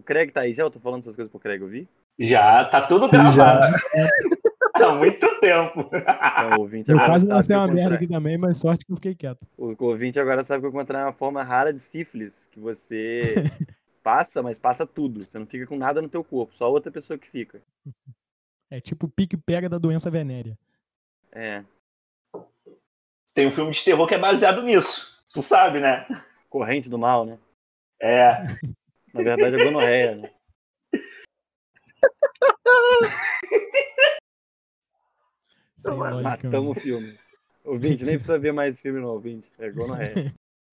Craig tá aí já? Eu tô falando essas coisas pro Craig ouvir? Já, tá tudo gravado. Há muito tempo. Então, o ouvinte Eu agora quase sabe lancei que uma eu merda contrai. aqui também, mas sorte que eu fiquei quieto. O ouvinte agora sabe que eu encontrei uma forma rara de sífilis, que você passa, mas passa tudo. Você não fica com nada no teu corpo, só outra pessoa que fica. É tipo o pique-pega da doença venérea. É, Tem um filme de terror que é baseado nisso. Tu sabe, né? corrente do mal, né? É. Na verdade é gonorreia, né? Sem lógica, Matamos mano. o filme. Ouvinte, nem precisa ver mais esse filme não, ouvinte. É gonorreia.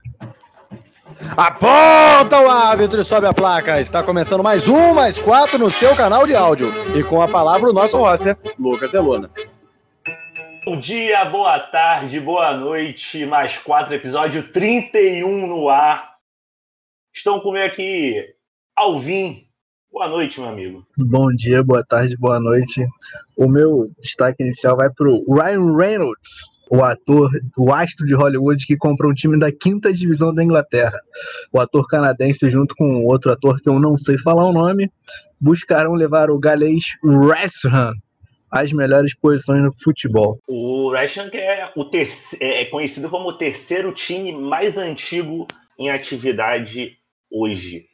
Aponta o árbitro e sobe a placa. Está começando mais um, mais 4 no seu canal de áudio. E com a palavra o nosso roster, Lucas Delona. Bom dia, boa tarde, boa noite. Mais 4, episódio 31 no ar. Estão comigo aqui, Alvin. Boa noite, meu amigo. Bom dia, boa tarde, boa noite. O meu destaque inicial vai pro Ryan Reynolds, o ator, o astro de Hollywood que comprou um time da 5ª divisão da Inglaterra. O ator canadense, junto com outro ator que eu não sei falar o nome, buscaram levar o galês West Ham às melhores posições no futebol. O Wrexham é conhecido como o terceiro time mais antigo em atividade hoje.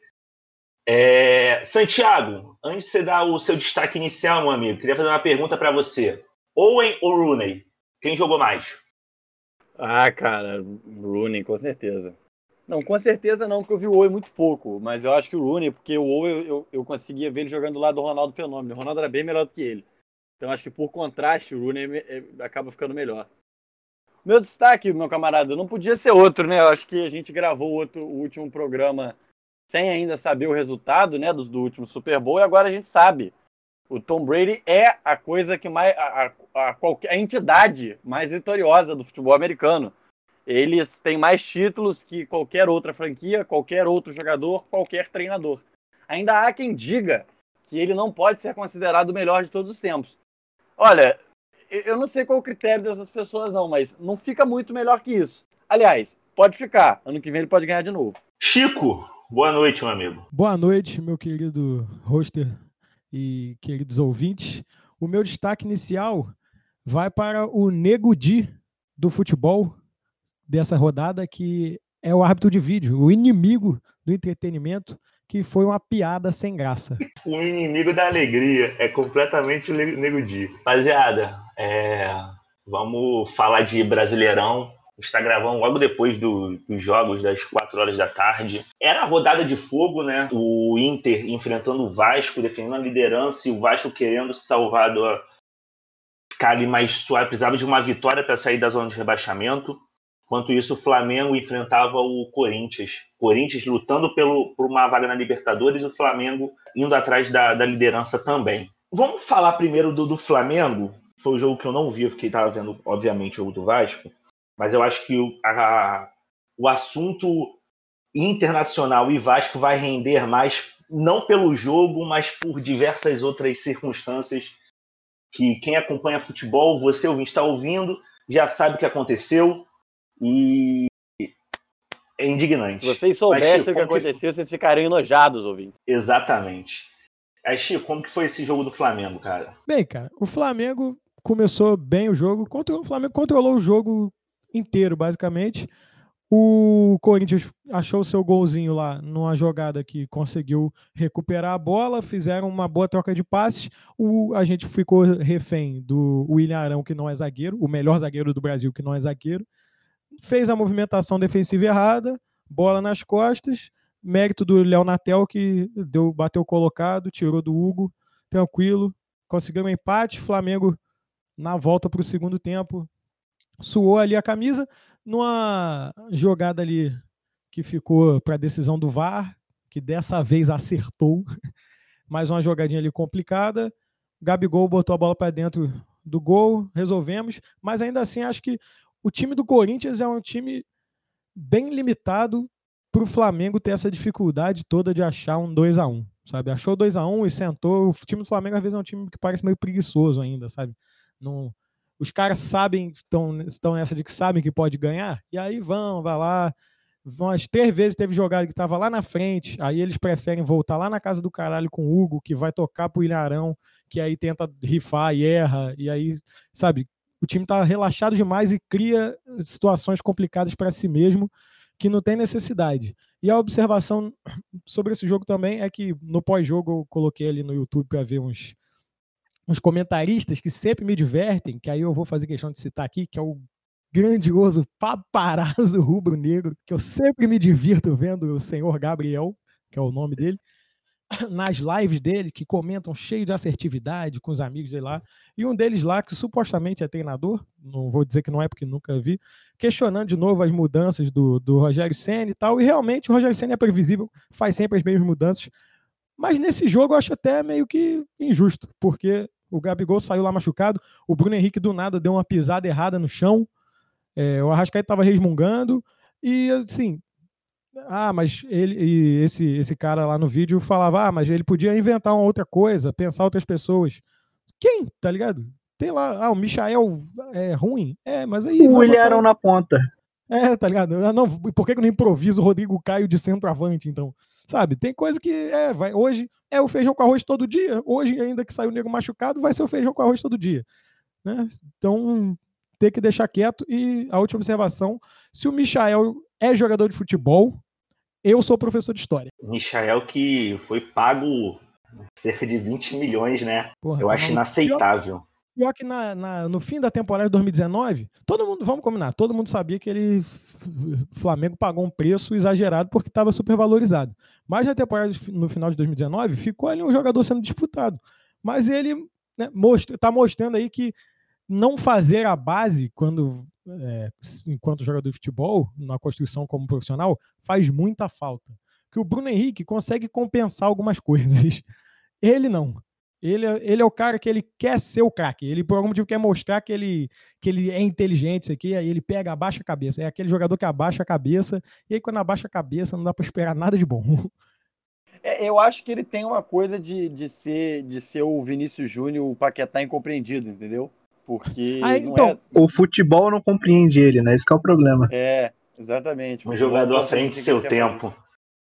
Santiago, antes de você dar o seu destaque inicial, meu amigo, queria fazer uma pergunta para você. Owen ou Rooney? Quem jogou mais? Ah, cara, Rooney, com certeza. Não, com certeza não, porque eu vi o Owen muito pouco, mas eu acho que o Rooney, porque o Owen eu conseguia ver ele jogando do lado do Ronaldo Fenômeno. O Ronaldo era bem melhor do que ele. Então acho que por contraste o Rooney acaba ficando melhor. Meu destaque, meu camarada, não podia ser outro, né? Eu acho que a gente gravou o último programa sem ainda saber o resultado, né, do último Super Bowl, e agora a gente sabe. O Tom Brady é a coisa que mais a entidade mais vitoriosa do futebol americano. Eles têm mais títulos que qualquer outra franquia, qualquer outro jogador, qualquer treinador. Ainda há quem diga que ele não pode ser considerado o melhor de todos os tempos. Olha, eu não sei qual o critério dessas pessoas não, mas não fica muito melhor que isso. Aliás, pode ficar. Ano que vem ele pode ganhar de novo. Chico, boa noite, meu amigo. Boa noite, meu querido roster e queridos ouvintes. O meu destaque inicial vai para o Nego Di do futebol dessa rodada, que é o árbitro de vídeo, o inimigo do entretenimento, que foi uma piada sem graça. O inimigo da alegria é completamente o Nego Di. Rapaziada, vamos falar de Brasileirão. Está gravando logo depois dos jogos das 4 horas da tarde. Era a rodada de fogo, né? O Inter enfrentando o Vasco, defendendo a liderança, e o Vasco querendo se salvar ficar ali mais suave. Precisava de uma vitória para sair da zona de rebaixamento. Enquanto isso, o Flamengo enfrentava o Corinthians. Corinthians lutando por uma vaga na Libertadores e o Flamengo indo atrás da liderança também. Vamos falar primeiro do Flamengo. Foi o jogo que eu não vi, eu estava vendo, obviamente, o jogo do Vasco. Mas eu acho que o assunto internacional e Vasco vai render mais, não pelo jogo, mas por diversas outras circunstâncias que quem acompanha futebol, você ouvinte está ouvindo, já sabe o que aconteceu e é indignante. Se vocês soubessem o que aconteceu, vocês ficariam enojados, ouvintes. Exatamente. Aí, Chico, como que foi esse jogo do Flamengo, cara? Bem, cara, o Flamengo começou bem o jogo, o Flamengo controlou o jogo inteiro, basicamente. O Corinthians achou o seu golzinho lá numa jogada que conseguiu recuperar a bola, fizeram uma boa troca de passes. A gente ficou refém do William Arão, que não é zagueiro, o melhor zagueiro do Brasil, que não é zagueiro. Fez a movimentação defensiva errada, bola nas costas, mérito do Léo Natel, que bateu colocado, tirou do Hugo, tranquilo, conseguiu um empate. Flamengo na volta para o segundo tempo suou ali a camisa, numa jogada ali que ficou para a decisão do VAR, que dessa vez acertou, mais uma jogadinha ali complicada. Gabigol botou a bola para dentro do gol, resolvemos, mas ainda assim acho que o time do Corinthians é um time bem limitado para o Flamengo ter essa dificuldade toda de achar um 2-1, sabe? Achou 2-1 e sentou. O time do Flamengo às vezes é um time que parece meio preguiçoso ainda, sabe? Não... Os caras sabem, estão nessa de que sabem que pode ganhar, e aí vai lá, Umas 3 vezes teve jogada que tava lá na frente, aí eles preferem voltar lá na casa do caralho com o Hugo, que vai tocar pro Ilharão, que aí tenta rifar e erra, e aí, sabe, o time tá relaxado demais e cria situações complicadas para si mesmo, que não tem necessidade. E a observação sobre esse jogo também é que no pós-jogo eu coloquei ali no YouTube para ver uns comentaristas que sempre me divertem, que aí eu vou fazer questão de citar aqui, que é o grandioso paparazzo rubro-negro, que eu sempre me divirto vendo o senhor Gabriel, que é o nome dele, nas lives dele, que comentam cheio de assertividade com os amigos dele lá, e um deles lá, que supostamente é treinador, não vou dizer que não é porque nunca vi, questionando de novo as mudanças do Rogério Ceni e tal, e realmente o Rogério Ceni é previsível, faz sempre as mesmas mudanças, mas nesse jogo eu acho até meio que injusto, porque o Gabigol saiu lá machucado, o Bruno Henrique do nada deu uma pisada errada no chão, o Arrascaeta estava resmungando, e assim, mas ele, esse cara lá no vídeo falava, mas ele podia inventar uma outra coisa, pensar outras pessoas. Quem? Tá ligado? Tem lá, o Michael é ruim? Mas aí... O Ilharão na ponta. Tá ligado? Não, por que eu não improviso o Rodrigo Caio de centroavante, então? Sabe, tem coisa que hoje é o feijão com arroz todo dia, hoje ainda que saiu o nego machucado, vai ser o feijão com arroz todo dia, né? Então, ter que deixar quieto. E a última observação, se o Michael é jogador de futebol, eu sou professor de história. Michael que foi pago cerca de 20 milhões, né? Porra, eu acho inaceitável. Pior que no fim da temporada de 2019, todo mundo, vamos combinar, todo mundo sabia que Flamengo pagou um preço exagerado porque estava super valorizado. Mas na temporada, no final de 2019, ficou ali um jogador sendo disputado. Mas ele, né, está mostrando aí que não fazer a base enquanto jogador de futebol, na construção como profissional, faz muita falta. Que o Bruno Henrique consegue compensar algumas coisas. Ele não. Ele é o cara que ele quer ser o craque. Ele, por algum motivo, quer mostrar que ele é inteligente, isso aqui, aí ele pega, abaixa a cabeça. É aquele jogador que abaixa a cabeça, e aí quando abaixa a cabeça não dá para esperar nada de bom. Eu acho que ele tem uma coisa de ser o Vinícius Júnior, o Paquetá incompreendido, entendeu? Porque então, o futebol não compreende ele, né? Esse que é o problema. Exatamente. Um jogador à frente do seu tempo.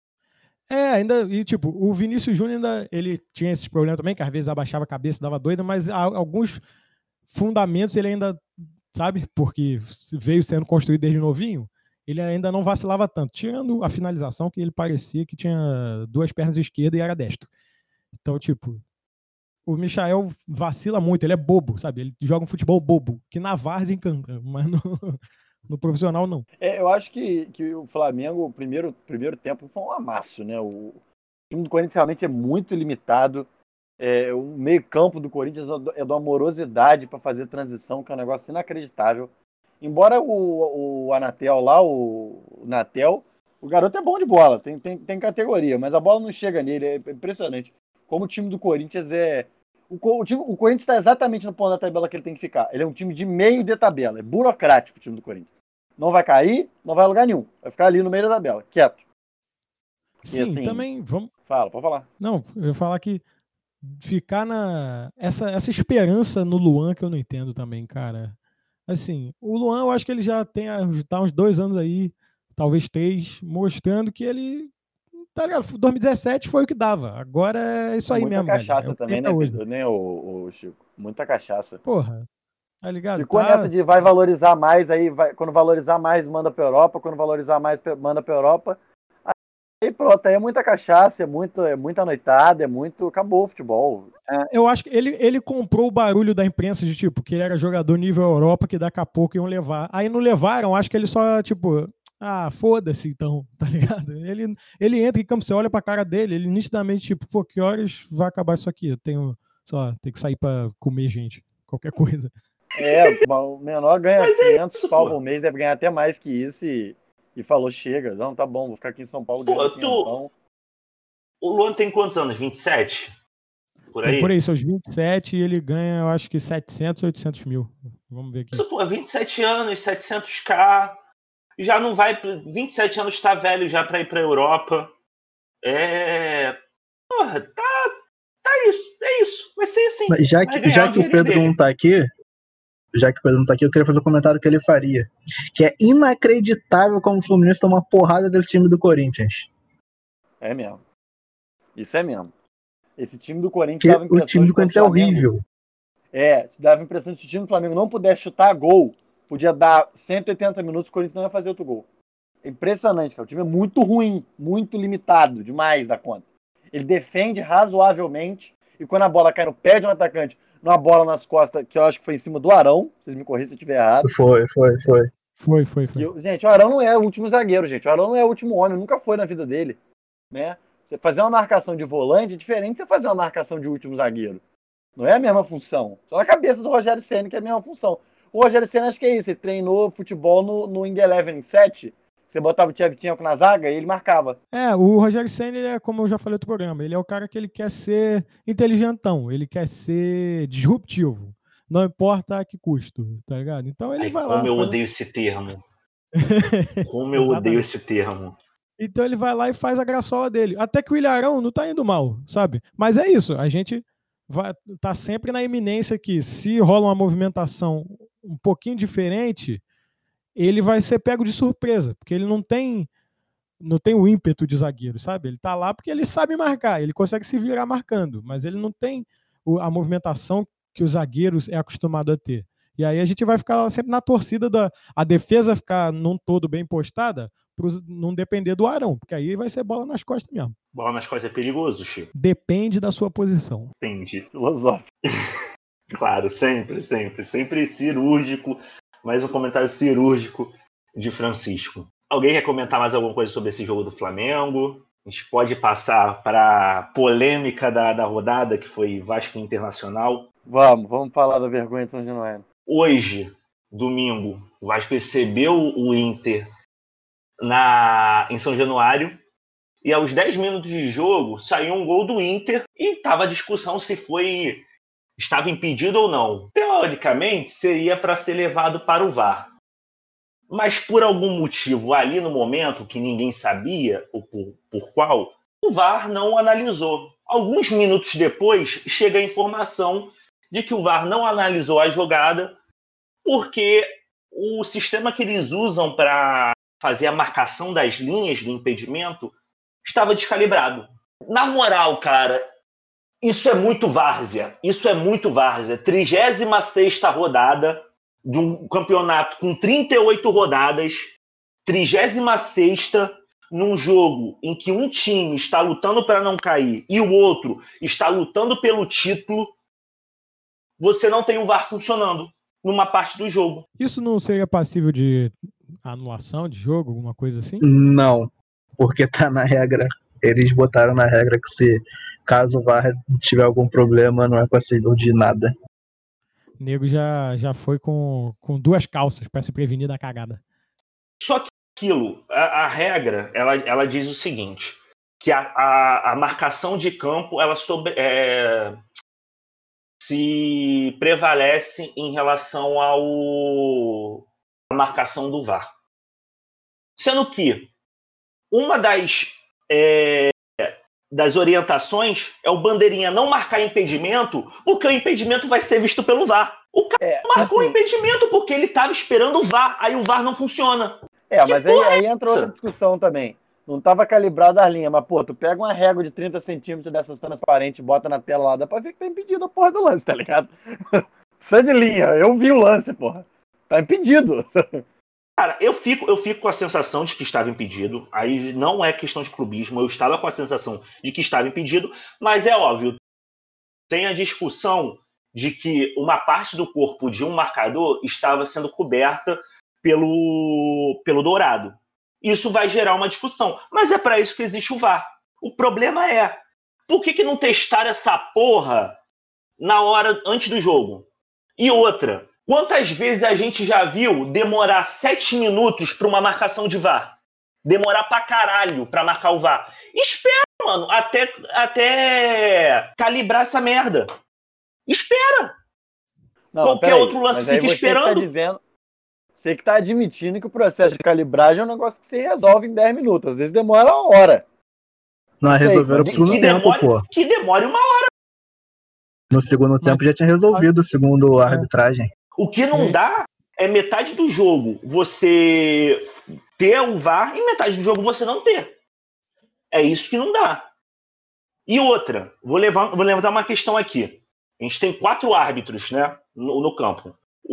E tipo, o Vinícius Júnior ele tinha esse problema também, que às vezes abaixava a cabeça, dava doida, mas alguns fundamentos ele ainda, sabe, porque veio sendo construído desde novinho, ele ainda não vacilava tanto, tirando a finalização, que ele parecia que tinha 2 pernas esquerdas e era destro. Então, tipo, o Michael vacila muito, ele é bobo, sabe, ele joga um futebol bobo, que na várzea encanta, mas no profissional, não. Eu acho que o Flamengo, o primeiro tempo, foi um amasso, né? O time do Corinthians realmente é muito limitado. O meio-campo do Corinthians é de uma morosidade para fazer transição, que é um negócio inacreditável. Embora o Anatel lá, o Natel, o garoto é bom de bola, tem categoria, mas a bola não chega nele, é impressionante. Como o time do Corinthians o Corinthians está exatamente no ponto da tabela que ele tem que ficar. Ele é um time de meio de tabela, é burocrático o time do Corinthians. Não vai cair, não vai a lugar nenhum. Vai ficar ali no meio da tabela, quieto. Sim, assim, também vamos... Fala, pode falar. Não, eu ia falar que ficar essa esperança no Luan que eu não entendo também, cara. Assim, o Luan, eu acho que ele já tá uns 2 anos aí, talvez 3, mostrando que ele, tá ligado? 2017 foi o que dava. Agora é isso aí mesmo, muita cachaça também, né, hoje. né, o Chico? Muita cachaça. Porra, tá ligado? Ficou nessa de vai valorizar mais, aí quando valorizar mais, manda pra Europa, quando valorizar mais, manda pra Europa. Aí pronto, aí é muita cachaça, é muita noitada, acabou o futebol. Eu acho que ele comprou o barulho da imprensa de tipo, que ele era jogador nível Europa, que daqui a pouco iam levar. Aí não levaram, acho que ele só, tipo, foda-se então, tá ligado? Ele entra em campo, você olha pra cara dele, ele nitidamente, tipo, pô, que horas vai acabar isso aqui? Eu tenho que sair pra comer gente, qualquer coisa. O menor ganha 500 pau por mês, deve ganhar até mais que isso e falou, chega, não, tá bom, vou ficar aqui em São Paulo ganhando 500. O Luan tem quantos anos? 27? Por aí? Por aí, seus 27 e ele ganha, eu acho que 700, 800 mil. Vamos ver aqui. Isso, pô, 27 anos, 700k, já não vai, 27 anos tá velho já pra ir pra Europa. Porra, tá isso, é isso, vai ser assim. Já que o Pedro não tá aqui, já que o Pedro não tá aqui, eu queria fazer um comentário que ele faria. Que é inacreditável como o Fluminense toma uma porrada desse time do Corinthians. É mesmo. Isso é mesmo. Esse time do Corinthians Que dava a impressão o time do Corinthians é horrível. Dava a impressão que se o time do Flamengo não pudesse chutar gol, podia dar 180 minutos, o Corinthians não ia fazer outro gol. É impressionante, cara. O time é muito ruim, muito limitado, demais da conta. Ele defende razoavelmente, e quando a bola cai no pé de um atacante, numa bola nas costas, que eu acho que foi em cima do Arão, vocês me corrigem se eu estiver errado. Foi. Foi. Gente, o Arão não é o último zagueiro, gente. O Arão não é o último homem, nunca foi na vida dele. Né? Você fazer uma marcação de volante é diferente de você fazer uma marcação de último zagueiro. Não é a mesma função. Só na cabeça do Rogério Ceni que é a mesma função. O Rogério Ceni acho que é isso. Ele treinou futebol no Wing Eleven 7. Você botava o Tchevchenko na zaga e ele marcava. O Rogério Ceni, ele é, como eu já falei no programa, ele é o cara que ele quer ser inteligentão, ele quer ser disruptivo. Não importa a que custo, tá ligado? Então ele vai lá. Como eu odeio esse termo. Como eu odeio esse termo. Então ele vai lá e faz a graçola dele. Até que o Ilharão não tá indo mal, sabe? Mas é isso, a gente tá sempre na iminência que se rola uma movimentação um pouquinho diferente, ele vai ser pego de surpresa, porque ele não tem o ímpeto de zagueiro, sabe? Ele tá lá porque ele sabe marcar, ele consegue se virar marcando, mas ele não tem a movimentação que os zagueiros é acostumado a ter. E aí a gente vai ficar sempre na torcida a defesa ficar num todo bem postada, não depender do Arão, porque aí vai ser bola nas costas mesmo. Bola nas costas é perigoso, Chico? Depende da sua posição. Entendi. Filosófico. Claro, sempre cirúrgico. Mais um comentário cirúrgico de Francisco. Alguém quer comentar mais alguma coisa sobre esse jogo do Flamengo? A gente pode passar para a polêmica da rodada, que foi Vasco Internacional. Vamos falar da vergonha de São Januário. Hoje, domingo, o Vasco recebeu o Inter em São Januário, e aos 10 minutos de jogo saiu um gol do Inter e estava a discussão se estava impedido ou não. Teoricamente, seria para ser levado para o VAR. Mas por algum motivo, ali no momento, que ninguém sabia por qual, o VAR não analisou. Alguns minutos depois, chega a informação de que o VAR não analisou a jogada porque o sistema que eles usam para fazer a marcação das linhas do impedimento estava descalibrado. Na moral, cara, isso é muito várzea. 36ª rodada de um campeonato com 38 rodadas, 36ª num jogo em que um time está lutando para não cair e o outro está lutando pelo título, você não tem o VAR funcionando numa parte do jogo. Isso não seria passível de anulação de jogo, alguma coisa assim? Não, porque tá na regra. Eles botaram na regra que caso o VAR tiver algum problema, não é passível de nada. O nego já foi com 2 calças para se prevenir da cagada. Só que a regra, ela diz o seguinte, que a marcação de campo, ela se prevalece em relação à marcação do VAR. Sendo que uma das orientações é o bandeirinha não marcar impedimento, porque o impedimento vai ser visto pelo VAR. O cara marcou o impedimento porque ele estava esperando o VAR, aí o VAR não funciona. Mas aí entra outra discussão também. Não estava calibrada a linha, mas, tu pega uma régua de 30 centímetros dessas transparentes, bota na tela lá, dá pra ver que tá impedido a porra do lance, tá ligado? Precisa de linha, eu vi o lance, porra. Tá impedido. Cara, eu fico com a sensação de que estava impedido. Aí não é questão de clubismo, eu estava com a sensação de que estava impedido, mas é óbvio, tem a discussão de que uma parte do corpo de um marcador estava sendo coberta pelo dourado. Isso vai gerar uma discussão, mas é para isso que existe o VAR. O problema é, por que não testaram essa porra na hora antes do jogo? E outra, quantas vezes a gente já viu demorar 7 minutos para uma marcação de VAR? Demorar pra caralho pra marcar o VAR. Espera, mano, até calibrar essa merda. Espera. Qualquer outro lance fica esperando. Você que tá admitindo que o processo de calibragem é um negócio que você resolve em 10 minutos. Às vezes demora uma hora. Não, resolveram no segundo tempo, pô. Que demore uma hora. No segundo tempo já tinha resolvido, segundo a arbitragem. O que não dá é metade do jogo você ter o VAR e metade do jogo você não ter. É isso que não dá. E outra, vou levantar uma questão aqui. A gente tem 4 árbitros, né, no campo.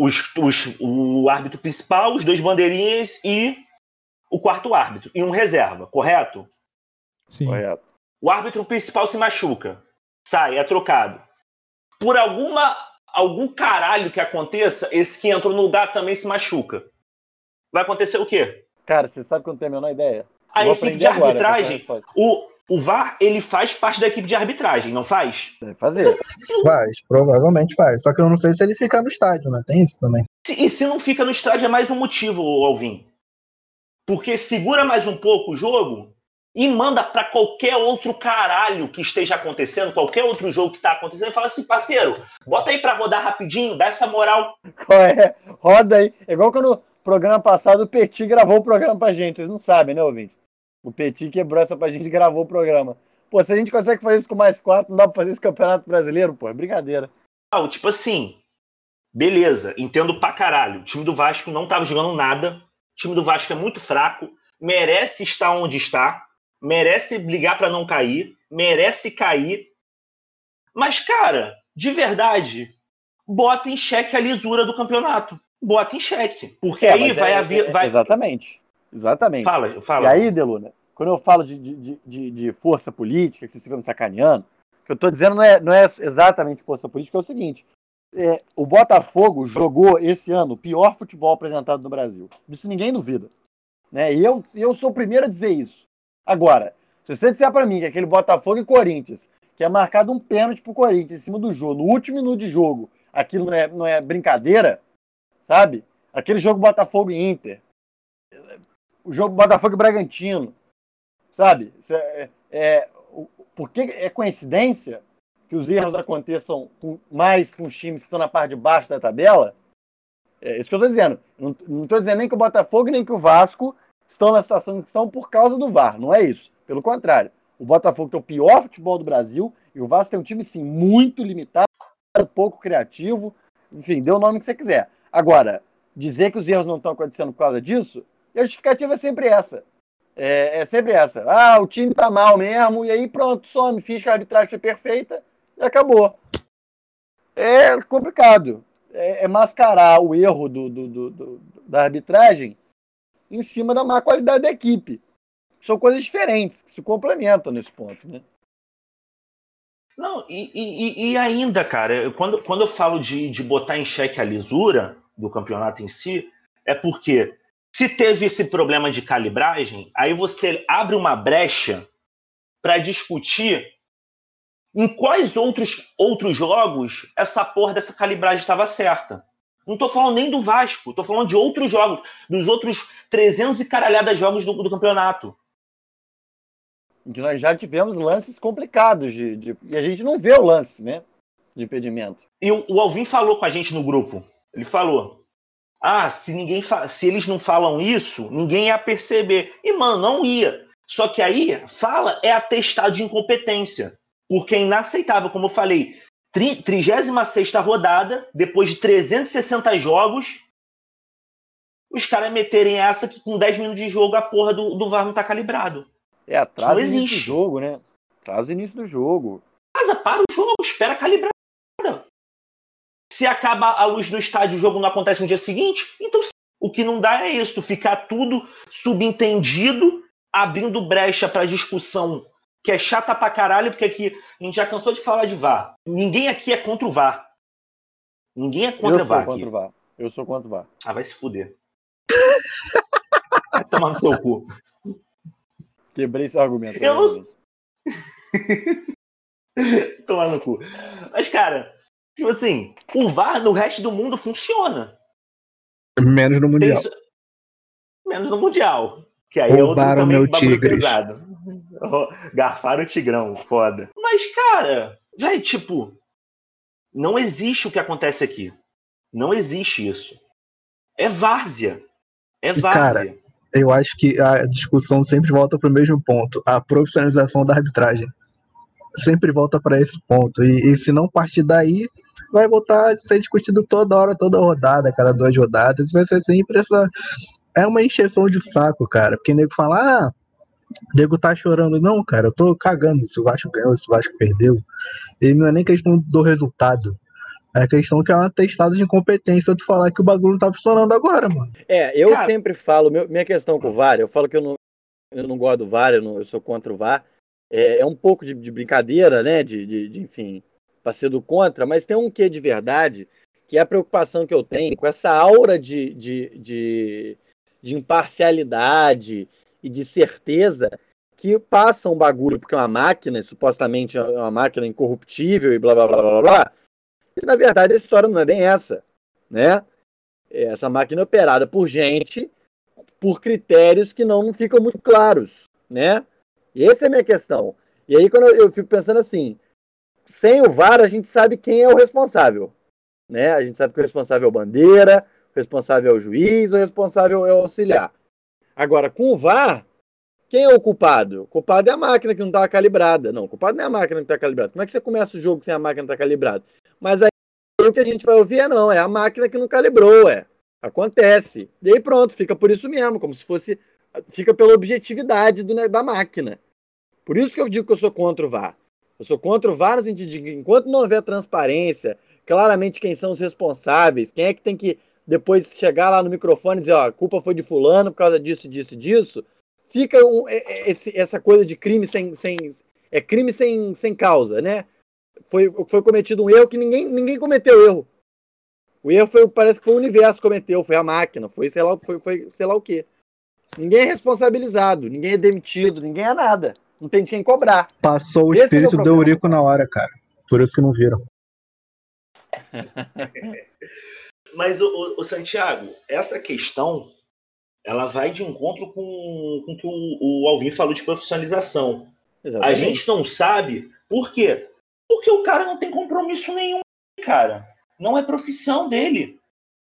O árbitro principal, os 2 bandeirinhas e o 4º árbitro. E um reserva, correto? Sim. Correto. O árbitro principal se machuca, sai, é trocado. Por algum caralho que aconteça, esse que entrou no lugar também se machuca. Vai acontecer o quê? Cara, você sabe que eu não tenho a menor ideia. A equipe de arbitragem, o VAR, ele faz parte da equipe de arbitragem, não faz? Deve fazer. Faz, provavelmente faz. Só que eu não sei se ele fica no estádio, né? Tem isso também. E se não fica no estádio, é mais um motivo, Alvin. Porque segura mais um pouco o jogo e manda pra qualquer outro caralho que esteja acontecendo, qualquer outro jogo que tá acontecendo, e fala assim, parceiro, bota aí pra rodar rapidinho, dá essa moral. Qual é? Roda aí. É igual quando no programa passado o Petit gravou o programa pra gente. Vocês não sabem, né, ouvinte? O Petit quebrou essa pra gente e gravou o programa. Pô, se a gente consegue fazer isso com mais 4, não dá pra fazer esse campeonato brasileiro, pô. É brincadeira. Tipo assim, beleza, entendo pra caralho. O time do Vasco não tava jogando nada. O time do Vasco é muito fraco. Merece estar onde está. Merece brigar pra não cair. Merece cair. Mas, cara, de verdade, bota em xeque a lisura do campeonato. Bota em xeque. Porque aí vai haver... Exatamente. Exatamente. Fala. E aí, Deluna, quando eu falo de força política, que vocês ficam me sacaneando, o que eu tô dizendo não é exatamente força política, é o seguinte. O Botafogo jogou esse ano o pior futebol apresentado no Brasil. Isso ninguém duvida. Né? E eu sou o primeiro a dizer isso. Agora, se você disser pra mim que aquele Botafogo e Corinthians, que é marcado um pênalti pro Corinthians em cima do jogo, no último minuto de jogo, aquilo não é brincadeira, sabe? Aquele jogo Botafogo e Inter, o jogo Botafogo e Bragantino, sabe? Porque é coincidência que os erros aconteçam mais com os times que estão na parte de baixo da tabela? É isso que eu estou dizendo. Não estou dizendo nem que o Botafogo nem que o Vasco estão na situação que estão por causa do VAR. Não é isso. Pelo contrário. O Botafogo tem o pior futebol do Brasil e o Vasco tem um time, sim, muito limitado, pouco criativo. Enfim, dê o nome que você quiser. Agora, dizer que os erros não estão acontecendo por causa disso, a justificativa é sempre essa. É sempre essa. Ah, o time tá mal mesmo, e aí pronto, some, finge que a arbitragem foi perfeita e acabou. É complicado. É mascarar o erro da arbitragem em cima da má qualidade da equipe. São coisas diferentes, que se complementam nesse ponto, né? Não, e ainda, cara, quando eu falo de botar em xeque a lisura do campeonato em si, é porque se teve esse problema de calibragem, aí você abre uma brecha para discutir em quais outros jogos essa porra dessa calibragem estava certa. Não tô falando nem do Vasco, tô falando de outros jogos, dos outros 300 e caralhadas jogos do campeonato. Em que nós já tivemos lances complicados e a gente não vê o lance, né, de impedimento. E o Alvin falou com a gente no grupo. Ele falou: se eles não falam isso, ninguém ia perceber. E, mano, não ia. Só que aí, fala é atestado de incompetência. Porque é inaceitável, como eu falei, 36ª rodada, depois de 360 jogos, os caras meterem essa que com 10 minutos de jogo a porra do VAR não tá calibrado. Atrás do início do jogo, né? Atrás do início do jogo. Para o jogo, espera calibrar. Se acaba a luz do estádio e o jogo não acontece no dia seguinte, então o que não dá é isso, ficar tudo subentendido, abrindo brecha pra discussão que é chata pra caralho, porque aqui a gente já cansou de falar de VAR. Ninguém aqui é contra o VAR. Ninguém é contra o VAR aqui. Eu sou contra o VAR. Vai se fuder. Vai tomar no seu cu. Quebrei esse argumento. Tomar no cu. Mas, cara, tipo assim, o VAR no resto do mundo funciona. Menos no Mundial. Menos no Mundial. Que aí roubaram é outro também meu Tigres. pesado. Garfaram o Tigrão, foda. Mas, cara, velho, tipo, não existe o que acontece aqui. Não existe isso. É várzea. É várzea. Cara, eu acho que a discussão sempre volta pro mesmo ponto. A profissionalização da arbitragem. Sempre volta para esse ponto. E se não partir daí, vai voltar a ser discutido toda hora, toda rodada, cada 2 rodadas. Vai ser sempre essa. É uma encheção de saco, cara. Porque o nego fala, o nego tá chorando. Não, cara, eu tô cagando se o Vasco ganhou, se o Vasco perdeu. E não é nem questão do resultado. É questão que é uma testada de incompetência tu falar que o bagulho não tá funcionando agora, mano. Eu sempre falo, minha questão com o VAR, eu falo que eu não gosto do VAR, eu sou contra o VAR. É um pouco de brincadeira, né? Enfim, pra ser do contra, mas tem um quê de verdade, que é a preocupação que eu tenho com essa aura de imparcialidade e de certeza que passa um bagulho, porque é uma máquina, supostamente é uma máquina incorruptível e blá blá blá blá blá. E na verdade a história não é bem essa, né? Essa máquina é operada por gente, por critérios que não ficam muito claros, né? E essa é a minha questão. E aí quando eu fico pensando assim, sem o VAR a gente sabe quem é o responsável, né? A gente sabe que o responsável é o Bandeira, o responsável é o juiz, o responsável é o auxiliar. Agora, com o VAR, quem é o culpado? O culpado é a máquina que não estava calibrada. Não, o culpado não é a máquina que está calibrada. Como é que você começa o jogo sem a máquina estar calibrada? Mas aí o que a gente vai ouvir é a máquina que não calibrou, Acontece. E aí pronto, fica por isso mesmo, como se fosse... Fica pela objetividade da máquina. Por isso que eu digo que eu sou contra o VAR. Eu sou contra o VAR no sentido de que enquanto não houver transparência, claramente quem são os responsáveis, quem é que tem que depois chegar lá no microfone e dizer, a culpa foi de fulano por causa disso, fica essa coisa de crime crime sem causa, né? Foi cometido um erro que ninguém cometeu erro. O erro parece que foi o universo que cometeu, foi a máquina, foi sei lá o quê. Ninguém é responsabilizado, ninguém é demitido, ninguém é nada. Não tem de quem cobrar. Passou o espírito do Eurico na hora, cara. Por isso que não viram. Mas, o Santiago, essa questão, ela vai de encontro com o que o Alvin falou de profissionalização. Exatamente. A gente não sabe por quê. Porque o cara não tem compromisso nenhum, cara. Não é profissão dele.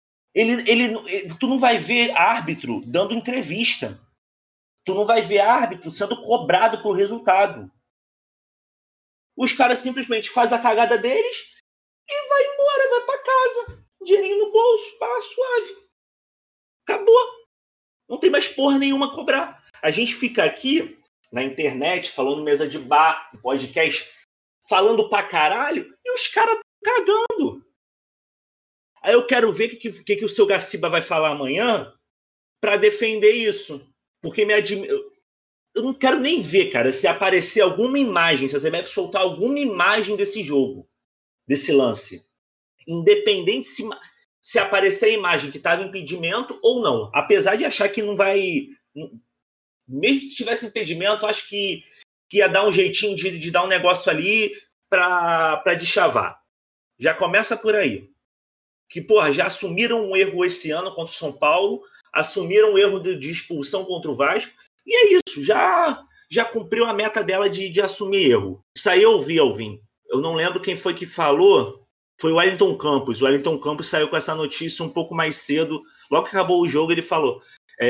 Tu não vai ver árbitro dando entrevista. Tu não vai ver árbitro sendo cobrado por resultado. Os caras simplesmente fazem a cagada deles e vai embora, vai pra casa. Dinheirinho no bolso, pá, suave. Acabou. Não tem mais porra nenhuma a cobrar. A gente fica aqui na internet, falando mesa de bar, podcast, falando pra caralho, e os caras cagando. Aí eu quero ver o que o seu Gaciba vai falar amanhã pra defender isso. Porque eu não quero nem ver, cara, se aparecer alguma imagem, se a CBF soltar alguma imagem desse jogo, desse lance. Independente se aparecer a imagem que estava impedimento ou não. Apesar de achar que não vai... Mesmo se tivesse impedimento, acho que ia dar um jeitinho de dar um negócio ali para deschavar. Já começa por aí. Que, porra, já assumiram um erro esse ano contra o São Paulo, assumiram um erro de expulsão contra o Vasco, e é isso, já cumpriu a meta dela de assumir erro. Isso aí eu vi, Alvin. Eu não lembro quem foi que falou, foi o Wellington Campos. O Wellington Campos saiu com essa notícia um pouco mais cedo. Logo que acabou o jogo, ele falou,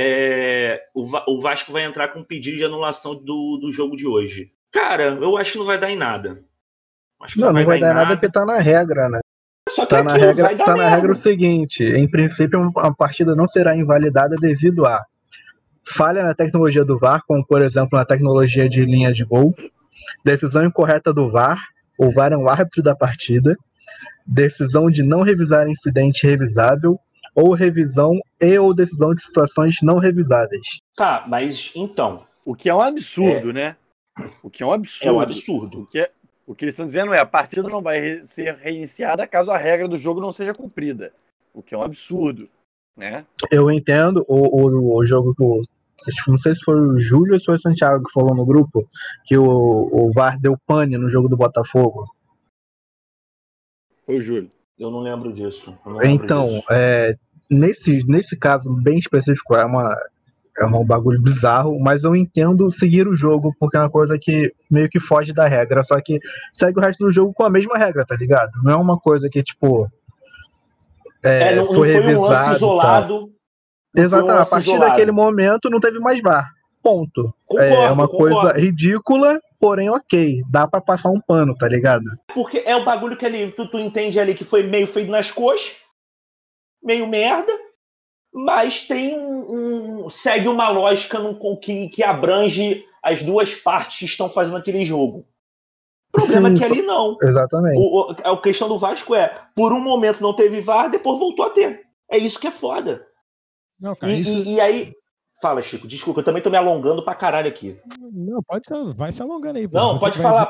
o Vasco vai entrar com um pedido de anulação do jogo de hoje. Cara, eu acho que não vai dar em nada. Não vai dar em nada porque tá na regra, né? Só que tá na regra o seguinte, em princípio a partida não será invalidada devido a falha na tecnologia do VAR, como por exemplo na tecnologia de linha de gol, decisão incorreta do VAR, o VAR é um árbitro da partida, decisão de não revisar incidente revisável, ou revisão ou decisão de situações não revisáveis. Tá, mas então... O que é um absurdo, né? O que é um absurdo. É um absurdo. O que eles estão dizendo a partida não vai ser reiniciada caso a regra do jogo não seja cumprida. O que é um absurdo, né? Eu entendo o jogo que não sei se foi o Júlio ou se foi o Santiago que falou no grupo que o VAR deu pane no jogo do Botafogo. Foi o Júlio. Eu não lembro disso. Então, nesse caso bem específico, é um bagulho bizarro, mas eu entendo seguir o jogo, porque é uma coisa que meio que foge da regra, só que segue o resto do jogo com a mesma regra, tá ligado? Não é uma coisa que, tipo, não foi um lance isolado. Exato, a partir daquele momento não teve mais VAR. Ponto. Concordo, é uma coisa ridícula, porém ok, dá pra passar um pano, tá ligado? Porque é o bagulho que ali, tu entende ali que foi meio feito nas coxas, meio merda, mas tem segue uma lógica que abrange as duas partes que estão fazendo aquele jogo. O problema é que ali não. Exatamente. A questão do Vasco por um momento não teve VAR, depois voltou a ter. É isso que é foda. Não, cara, e aí... Fala, Chico, desculpa, eu também tô me alongando pra caralho aqui. Não, vai se alongando aí. Pô. Não, pode falar.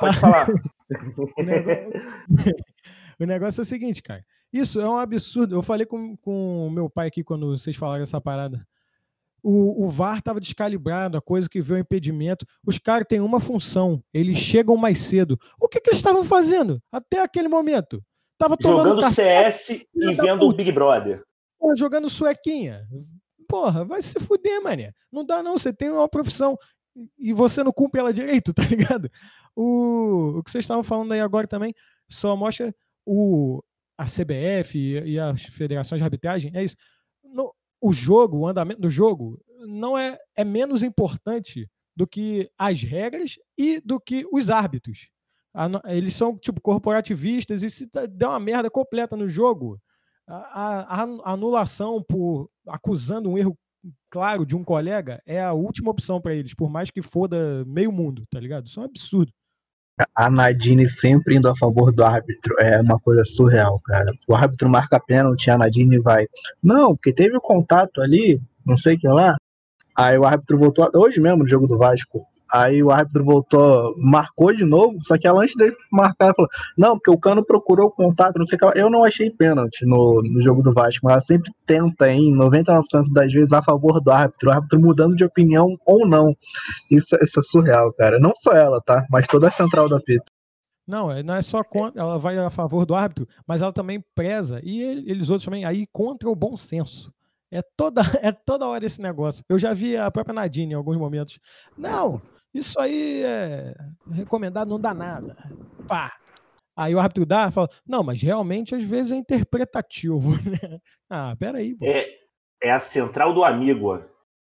O negócio é o seguinte, cara. Isso é um absurdo. Eu falei com o meu pai aqui quando vocês falaram essa parada. O VAR estava descalibrado, a coisa que veio o impedimento. Os caras têm uma função, eles chegam mais cedo. O que eles estavam fazendo até aquele momento? Tava jogando CS e vendo o Big Brother. Pô, jogando suequinha. Porra, vai se fuder, mané. Não dá não, você tem uma profissão e você não cumpre ela direito, tá ligado? O que vocês estavam falando aí agora também só mostra a CBF e as federações de arbitragem, é isso. O andamento do jogo não é menos importante do que as regras e do que os árbitros. Eles são tipo corporativistas e se der uma merda completa no jogo, a anulação por acusando um erro claro de um colega é a última opção para eles, por mais que foda meio mundo, tá ligado? Isso é um absurdo. A Nadine sempre indo a favor do árbitro é uma coisa surreal, cara. O árbitro marca pênalti, a Nadine vai. Não, porque teve o contato ali, não sei o que lá. Aí o árbitro voltou, hoje mesmo no jogo do Vasco. Aí o árbitro voltou, marcou de novo, só que ela antes dele marcar, ela falou: não, porque o Cano procurou o contato, não sei o que lá. Eu não achei pênalti no jogo do Vasco, mas ela sempre tenta, em 99% das vezes, a favor do árbitro, o árbitro mudando de opinião ou não. Isso é surreal, cara. Não só ela, tá? Mas toda a central da PIT. Não é só contra, ela vai a favor do árbitro, mas ela também preza, e eles outros também, aí contra o bom senso. É toda hora esse negócio. Eu já vi a própria Nadine em alguns momentos. Não, isso aí é recomendado, não dá nada. Pá. Aí o árbitro fala, não, mas realmente às vezes é interpretativo, né? Ah, peraí. Pô. É a central do amigo.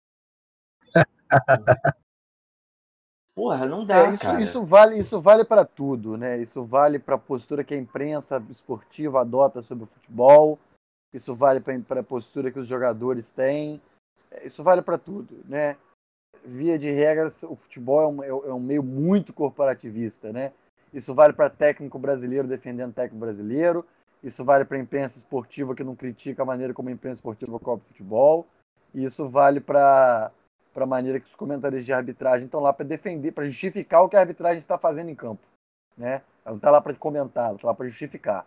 Porra, não dá, cara. Isso vale para tudo, né? Isso vale para a postura que a imprensa esportiva adota sobre o futebol. Isso vale para a postura que os jogadores têm. Isso vale para tudo, né? Via de regras, o futebol é um meio muito corporativista, né? Isso vale para técnico brasileiro defendendo técnico brasileiro. Isso vale para a imprensa esportiva que não critica a maneira como a imprensa esportiva cobre futebol. E isso vale para a maneira que os comentaristas de arbitragem estão lá para defender, para justificar o que a arbitragem está fazendo em campo, né? Ela não está lá para comentar, ela está lá para justificar.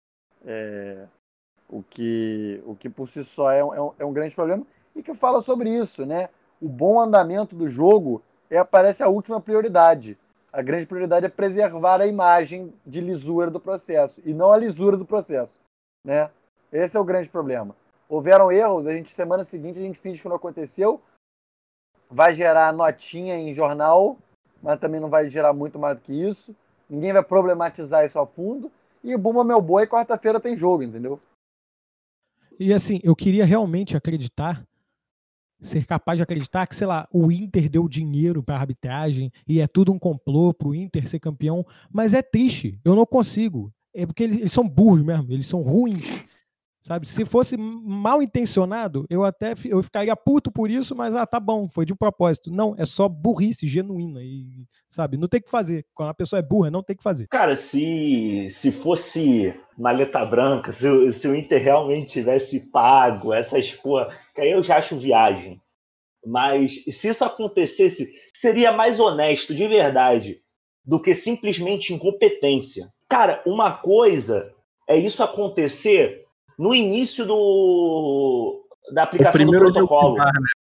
O que por si só é um grande problema e que fala sobre isso, né? O bom andamento do jogo parece a última prioridade. A grande prioridade é preservar a imagem de lisura do processo e não a lisura do processo, né? Esse é o grande problema. Houveram erros, semana seguinte a gente finge que não aconteceu, vai gerar notinha em jornal, mas também não vai gerar muito mais do que isso. Ninguém vai problematizar isso a fundo e bumba meu boi, quarta-feira tem jogo, entendeu? E assim, eu queria realmente ser capaz de acreditar que, sei lá, o Inter deu dinheiro para a arbitragem e é tudo um complô para o Inter ser campeão, mas é triste, eu não consigo. É porque eles são burros mesmo, eles são ruins, sabe? Se fosse mal intencionado, eu ficaria puto por isso, mas tá bom, foi de propósito. Não, é só burrice genuína e, sabe, não tem o que fazer. Quando a pessoa é burra, não tem o que fazer. Cara, se fosse maleta branca, se o Inter realmente tivesse pago essas porra, que aí eu já acho viagem. Mas se isso acontecesse, seria mais honesto, de verdade, do que simplesmente incompetência. Cara, uma coisa é isso acontecer no início da aplicação do protocolo.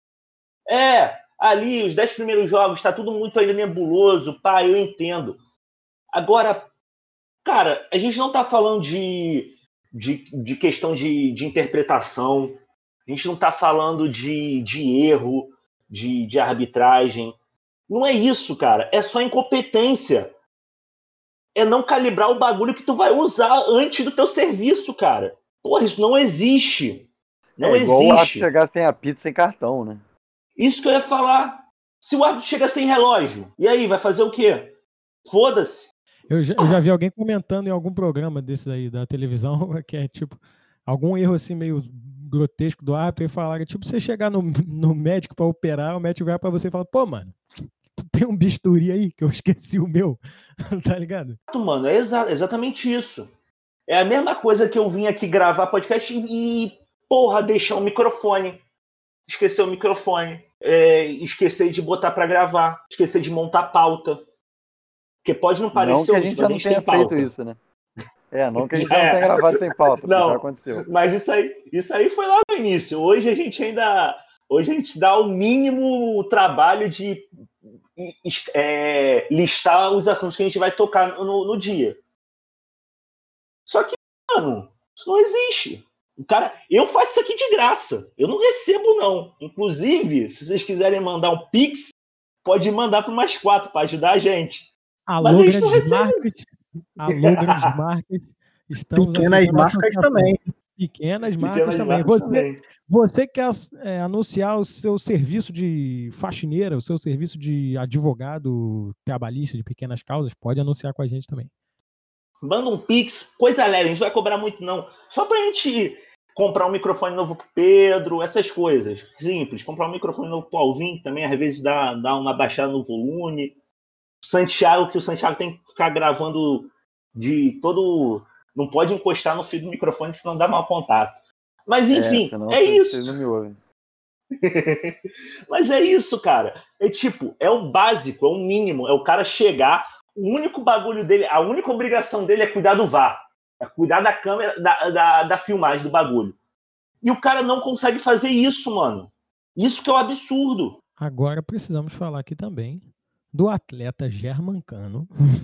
Ali, os 10 primeiros jogos, tá tudo muito ainda nebuloso, pá, eu entendo. Agora, cara, a gente não tá falando de questão de interpretação, a gente não tá falando de erro, de arbitragem. Não é isso, cara, é só incompetência. É não calibrar o bagulho que tu vai usar antes do teu serviço, cara. Porra, isso não existe. Não existe. Igual o árbitro chegar sem apito, sem cartão, né? Isso que eu ia falar. Se o árbitro chega sem relógio, e aí, vai fazer o quê? Foda-se. Eu já vi alguém comentando em algum programa desses aí da televisão, que é tipo, algum erro assim meio grotesco do árbitro, e falaram, tipo, você chegar no médico pra operar, o médico vai pra você e fala, pô, mano, tu tem um bisturi aí que eu esqueci o meu, tá ligado? Mano, é exatamente isso. É a mesma coisa que eu vim aqui gravar podcast e porra, deixar o microfone. Esquecer o microfone. Esquecer de botar pra gravar. Esquecer de montar pauta. Porque pode não parecer Não que a gente já não tenha feito isso, né? Não que a gente já não tenha gravado sem pauta, não, já aconteceu. Mas isso aí foi lá no início. Hoje a gente dá o mínimo trabalho de listar os assuntos que a gente vai tocar no dia. Só que, mano, isso não existe. Eu faço isso aqui de graça. Eu não recebo, não. Inclusive, se vocês quiserem mandar um Pix, pode mandar para umas 4 para ajudar a gente. Alô, mas a gente não recebe. Alô, grandes marcas. Estamos pequenas marcas também. Pequenas marcas também. Você quer anunciar o seu serviço de faxineira, o seu serviço de advogado trabalhista de pequenas causas, pode anunciar com a gente também. Manda um Pix, coisa leve, a gente não vai cobrar muito não. Só pra gente comprar um microfone novo pro Pedro, essas coisas. Simples, comprar um microfone novo pro Alvin também, às vezes dá uma baixada no volume. Santiago, que o Santiago tem que ficar gravando de todo... Não pode encostar no fio do microfone, senão dá mau contato. Mas enfim, isso. Vocês não me ouvem. Mas é isso, cara. É o básico, é o mínimo. É o cara chegar, o único bagulho dele, a única obrigação dele é cuidar do VAR. É cuidar da câmera, da filmagem do bagulho. E o cara não consegue fazer isso, mano. Isso que é um absurdo. Agora precisamos falar aqui também do atleta Germancano.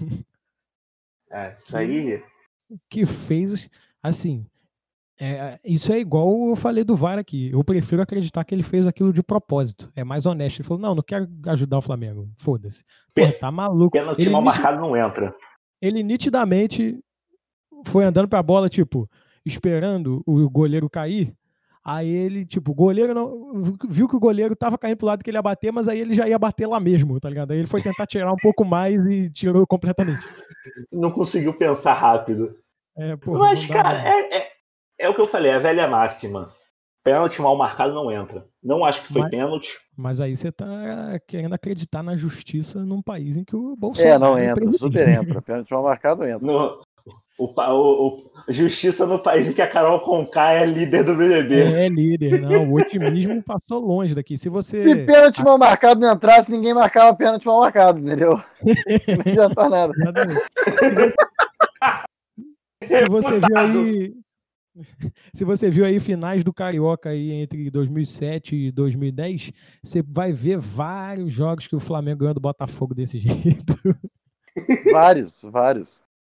Isso aí... Que fez, assim, isso é igual eu falei do VAR aqui. Eu prefiro acreditar que ele fez aquilo de propósito. É mais honesto. Ele falou, não quero ajudar o Flamengo. Foda-se. Pô, tá maluco. Pênalti mal marcado não entra. Ele nitidamente foi andando pra bola, tipo, esperando o goleiro cair. Aí ele, tipo, o goleiro viu que o goleiro tava caindo pro lado que ele ia bater, mas aí ele já ia bater lá mesmo, tá ligado? Aí ele foi tentar tirar um pouco mais e tirou completamente. Não conseguiu pensar rápido. Porra, mas, cara, é o que eu falei, é a velha máxima. Pênalti mal marcado não entra. Não acho que foi pênalti. Mas aí você tá querendo acreditar na justiça num país em que o Bolsonaro... não entra, super entra. Pênalti mal marcado entra. Justiça no país em que a Carol Conká é líder do BBB. É líder, não. O otimismo passou longe daqui. Se pênalti mal marcado não entrasse, ninguém marcava pênalti mal marcado, entendeu? Não adianta nada. Se você viu aí finais do Carioca aí entre 2007 e 2010, você vai ver vários jogos que o Flamengo ganhou do Botafogo desse jeito. Vários.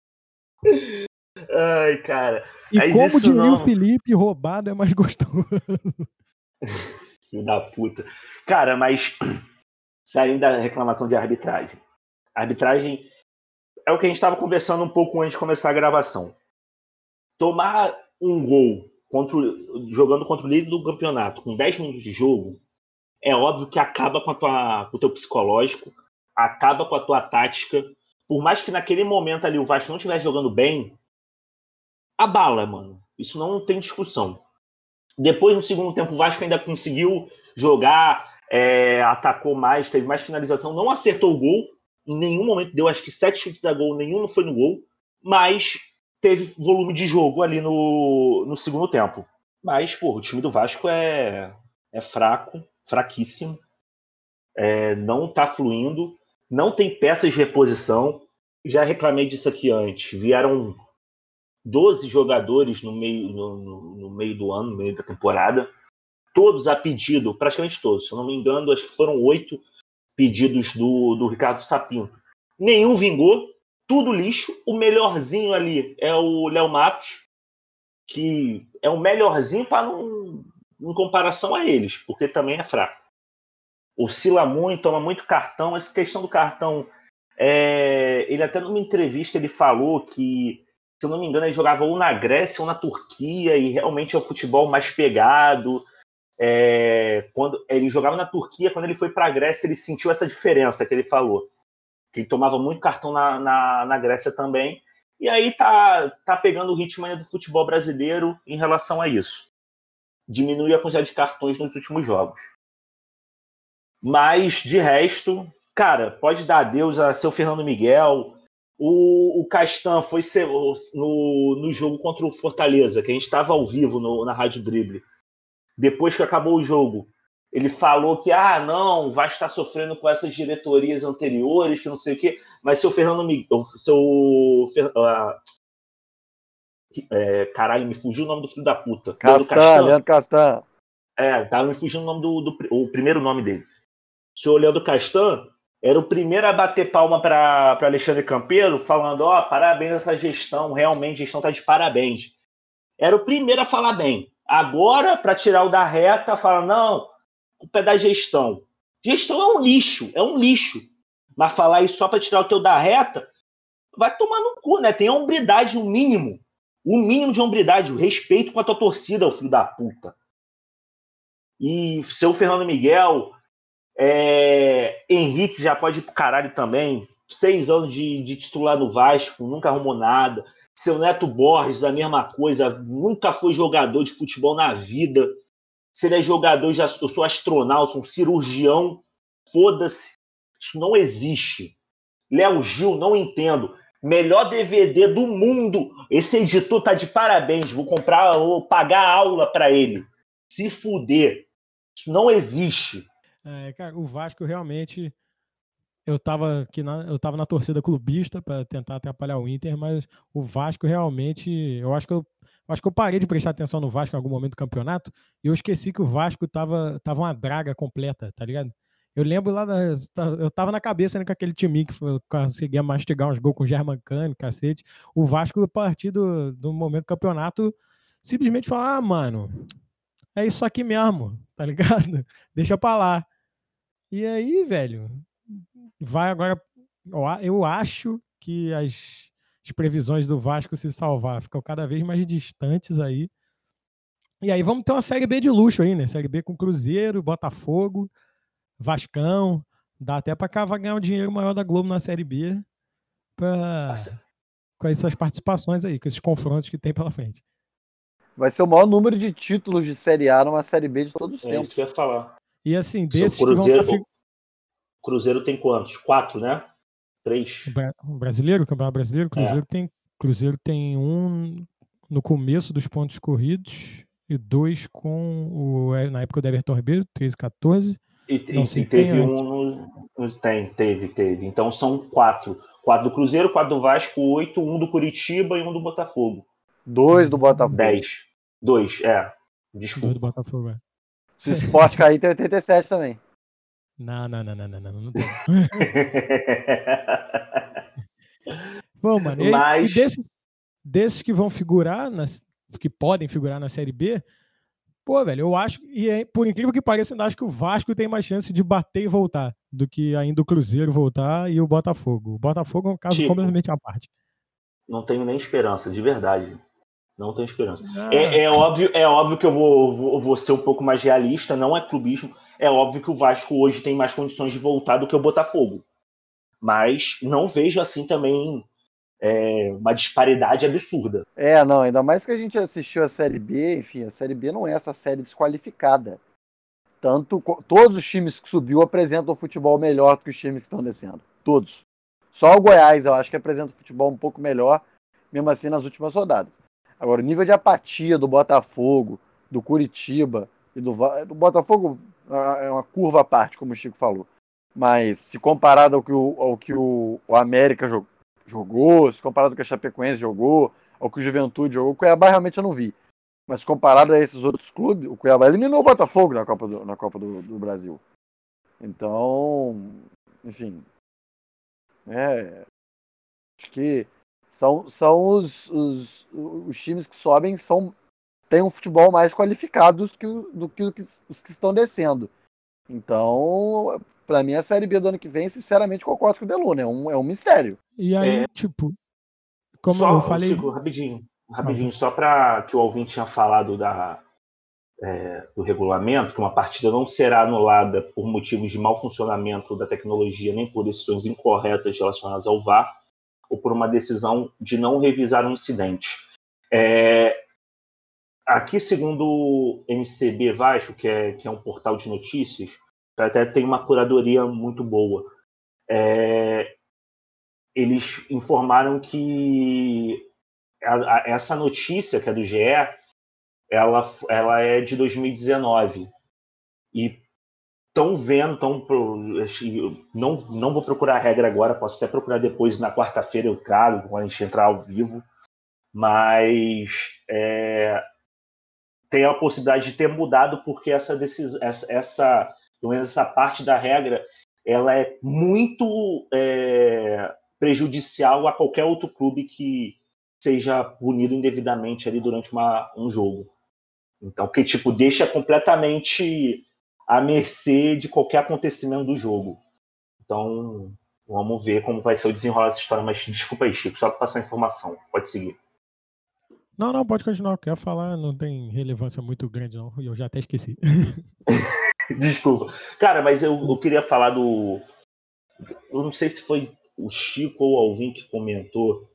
Ai, cara. E mas como diria o Felipe, roubado é mais gostoso. Filho da puta. Cara, mas saindo da reclamação de arbitragem. A arbitragem é o que a gente estava conversando um pouco antes de começar a gravação. Tomar um gol jogando contra o líder do campeonato com 10 minutos de jogo, é óbvio que acaba com o teu psicológico, acaba com a tua tática. Por mais que naquele momento ali o Vasco não estivesse jogando bem, abala, mano. Isso não tem discussão. Depois, no segundo tempo, o Vasco ainda conseguiu jogar, atacou mais, teve mais finalização, não acertou o gol, em nenhum momento deu, acho que 7 chutes a gol, nenhum não foi no gol, mas teve volume de jogo ali no segundo tempo. Mas, pô, o time do Vasco é fraco, fraquíssimo, não tá fluindo, não tem peças de reposição. Já reclamei disso aqui antes. Vieram 12 jogadores no meio do ano, no meio da temporada, todos a pedido, praticamente todos, se eu não me engano, acho que foram 8 pedidos do Ricardo Sapinto. Nenhum vingou, tudo lixo. O melhorzinho ali é o Léo Matos, que é o melhorzinho em comparação a eles, porque também é fraco. Oscila muito, toma muito cartão. Essa questão do cartão, ele até numa entrevista ele falou que, se eu não me engano, ele jogava ou na Grécia ou na Turquia, e realmente é o futebol mais pegado. Quando ele jogava na Turquia, quando ele foi para a Grécia, ele sentiu essa diferença que ele falou. que ele tomava muito cartão na Grécia também. E aí tá pegando o ritmo ainda do futebol brasileiro em relação a isso. Diminui a quantidade de cartões nos últimos jogos. Mas, de resto, cara, pode dar adeus a seu Fernando Miguel. O Castan foi no jogo contra o Fortaleza, que a gente estava ao vivo na Rádio Drible. Depois que acabou o jogo, ele falou que, não, vai estar sofrendo com essas diretorias anteriores, que não sei o quê, mas seu Fernando Miguel, caralho, me fugiu o nome do filho da puta. Castan, Leandro Castan. Tava me fugindo o nome o primeiro nome dele. O senhor Leandro Castan era o primeiro a bater palma para Alexandre Campeiro, falando, parabéns essa gestão, realmente a gestão tá de parabéns. Era o primeiro a falar bem. Agora, para tirar o da reta, fala, não, culpa é da gestão. Gestão é um lixo. Mas falar isso só para tirar o teu da reta, vai tomar no cu, né? Tem a hombridade, o mínimo de hombridade, o respeito com a tua torcida, o filho da puta. E seu Fernando Miguel, Henrique já pode ir pro caralho também. 6 anos de titular no Vasco, nunca arrumou nada. Seu Neto Borges, a mesma coisa, nunca foi jogador de futebol na vida. Se ele é jogador, eu sou astronauta, sou um cirurgião, foda-se. Isso não existe. Léo Gil, não entendo. Melhor DVD do mundo. Esse editor tá de parabéns. Vou pagar aula pra ele. Se fuder. Isso não existe. Cara, o Vasco realmente... Eu tava na torcida clubista para tentar atrapalhar o Inter, mas o Vasco realmente... Eu acho que eu parei de prestar atenção no Vasco em algum momento do campeonato e eu esqueci que o Vasco tava uma draga completa, tá ligado? Eu lembro eu tava na cabeça, né, com aquele time que conseguia mastigar uns gols com o Germancano, cacete. O Vasco, a partir do momento do campeonato, simplesmente fala, mano, é isso aqui mesmo, tá ligado? Deixa pra lá. E aí, velho, vai agora. Eu acho que as previsões do Vasco se salvar ficam cada vez mais distantes aí. E aí vamos ter uma Série B de luxo aí, né? Série B com Cruzeiro, Botafogo, Vascão. Dá até pra cavar ganhar um dinheiro maior da Globo na Série B com essas participações aí, com esses confrontos que tem pela frente. Vai ser o maior número de títulos de Série A numa Série B de todos os tempos. É isso que eu ia falar. E assim, desses Cruzeiro tem quantos? 4, né? 3. O Campeonato Brasileiro, Cruzeiro tem um no começo dos pontos corridos e 2 na época do Everton Ribeiro, 13 e 14. E teve um teve. Então são 4. 4 do Cruzeiro, 4 do Vasco, 8, 1 do Curitiba e 1 do Botafogo. 2 do Botafogo. 10. 2, desculpa. 2 do Botafogo, Se o Sport cair, tem 87 também. Não tem. Bom, mano, Mas... e desses que vão figurar, que podem figurar na Série B, pô, velho, eu acho, por incrível que pareça, eu acho que o Vasco tem mais chance de bater e voltar do que ainda o Cruzeiro voltar e o Botafogo. O Botafogo é um caso completamente à parte. Não tenho nem esperança, de verdade. Não tenho esperança. É óbvio que eu vou ser um pouco mais realista, não é clubismo. É óbvio que o Vasco hoje tem mais condições de voltar do que o Botafogo. Mas não vejo assim também uma disparidade absurda. Não, ainda mais que a gente assistiu a Série B, enfim, a Série B não é essa série desqualificada. Todos os times que subiu apresentam um futebol melhor do que os times que estão descendo. Todos. Só o Goiás, eu acho que apresenta um futebol um pouco melhor, mesmo assim, nas últimas rodadas. Agora, o nível de apatia do Botafogo, do Curitiba e do Botafogo é uma curva à parte, como o Chico falou. Mas se comparado ao que o América jogou, se comparado ao que a Chapecoense jogou, ao que o Juventude jogou, o Cuiabá realmente eu não vi. Mas comparado a esses outros clubes, o Cuiabá eliminou o Botafogo na Copa do Brasil. Então, enfim. Acho que são os times que sobem têm um futebol mais qualificado do que os que estão descendo. Então, pra mim, a Série B do ano que vem, sinceramente, concordo com o Deluna. É um mistério. E aí, como eu falei... Chico, rapidinho, só para que o ouvinte tinha falado do regulamento, que uma partida não será anulada por motivos de mau funcionamento da tecnologia, nem por decisões incorretas relacionadas ao VAR, ou por uma decisão de não revisar um incidente. Aqui, segundo o MCB Vasco, que é um portal de notícias, até tem uma curadoria muito boa. Eles informaram que essa notícia, que é do GE, ela é de 2019. E estão vendo, não vou procurar a regra agora, posso até procurar depois, na quarta-feira eu trago, quando a gente entrar ao vivo, mas tem a possibilidade de ter mudado, porque essa parte da regra ela é muito prejudicial a qualquer outro clube que seja punido indevidamente ali durante um jogo. Então, que deixa completamente à mercê de qualquer acontecimento do jogo. Então, vamos ver como vai ser o desenrolar dessa história. Mas desculpa aí, Chico, só para passar a informação. Pode seguir. Não, pode continuar. Eu quero falar, não tem relevância muito grande, não. Eu já até esqueci. Desculpa. Cara, mas eu queria falar do... Eu não sei se foi o Chico ou o Alvin que comentou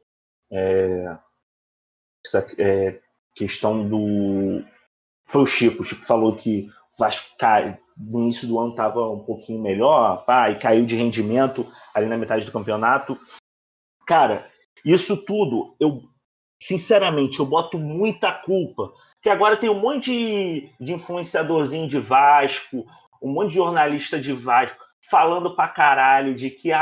essa questão do... Foi o Chico falou que o Vasco no início do ano estava um pouquinho melhor, e caiu de rendimento ali na metade do campeonato. Cara, isso tudo, sinceramente, eu boto muita culpa, porque agora tem um monte de influenciadorzinho de Vasco, um monte de jornalista de Vasco, falando pra caralho de que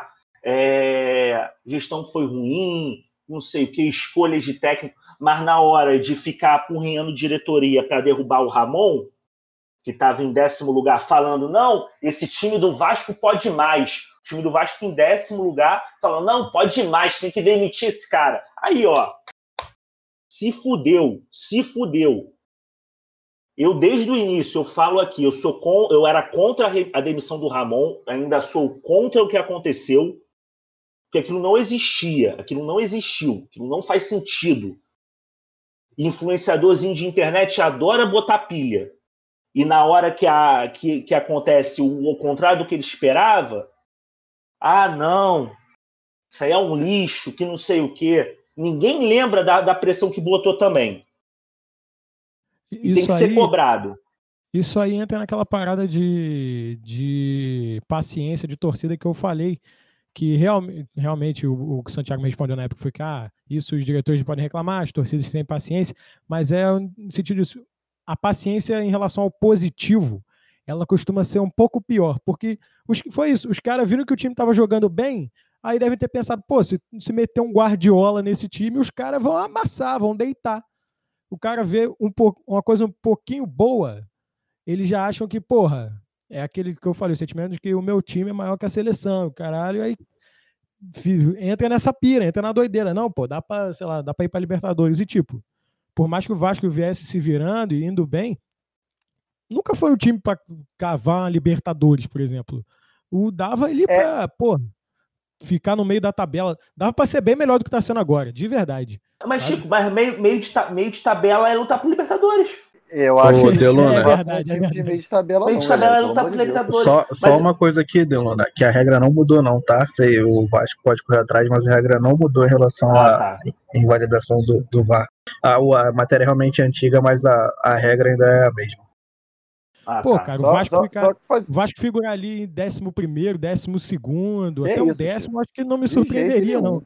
gestão foi ruim, não sei o que, escolhas de técnico, mas na hora de ficar apurrinhando diretoria para derrubar o Ramon, que estava em 10º lugar, falando, não, esse time do Vasco pode mais. O time do Vasco em 10º lugar, falando, não, pode mais, tem que demitir esse cara. Aí, ó, se fudeu. Eu, desde o início, eu falo aqui, eu era contra a demissão do Ramon, ainda sou contra o que aconteceu, porque aquilo não existia, aquilo não existiu, aquilo não faz sentido. Influenciadorzinho de internet adora botar pilha. E na hora que acontece o contrário do que ele esperava, não, isso aí é um lixo, que não sei o quê. Ninguém lembra da pressão que botou também. E tem que ser cobrado. Isso aí entra naquela parada de paciência, de torcida que eu falei, que realmente o que o Santiago me respondeu na época foi que isso os diretores podem reclamar, as torcidas têm paciência, mas no sentido disso, a paciência em relação ao positivo, ela costuma ser um pouco pior, porque foi isso, os caras viram que o time estava jogando bem, aí devem ter pensado, se meter um Guardiola nesse time, os caras vão amassar, vão deitar. O cara vê uma coisa um pouquinho boa, eles já acham que, é aquele que eu falei, o sentimento de que o meu time é maior que a seleção, caralho, aí entra nessa pira, entra na doideira. Não, dá pra ir pra Libertadores. E por mais que o Vasco viesse se virando e indo bem, nunca foi um time pra cavar uma Libertadores, por exemplo. Dava ele pra, ficar no meio da tabela. Dava pra ser bem melhor do que tá sendo agora, de verdade. Mas, sabe? Chico, meio de tabela é lutar pro Libertadores. Eu acho que Delona, é verdade, de meio de tabela meio de tabela é lutar pro Libertadores. Só uma coisa aqui, Delona, que a regra não mudou não, tá? O Vasco pode correr atrás, mas a regra não mudou em relação à invalidação do VAR. A matéria é realmente antiga, mas a regra ainda é a mesma. Cara, o Vasco figurar ali em 11º, 12º, até o 10º, acho que não me surpreenderia, não.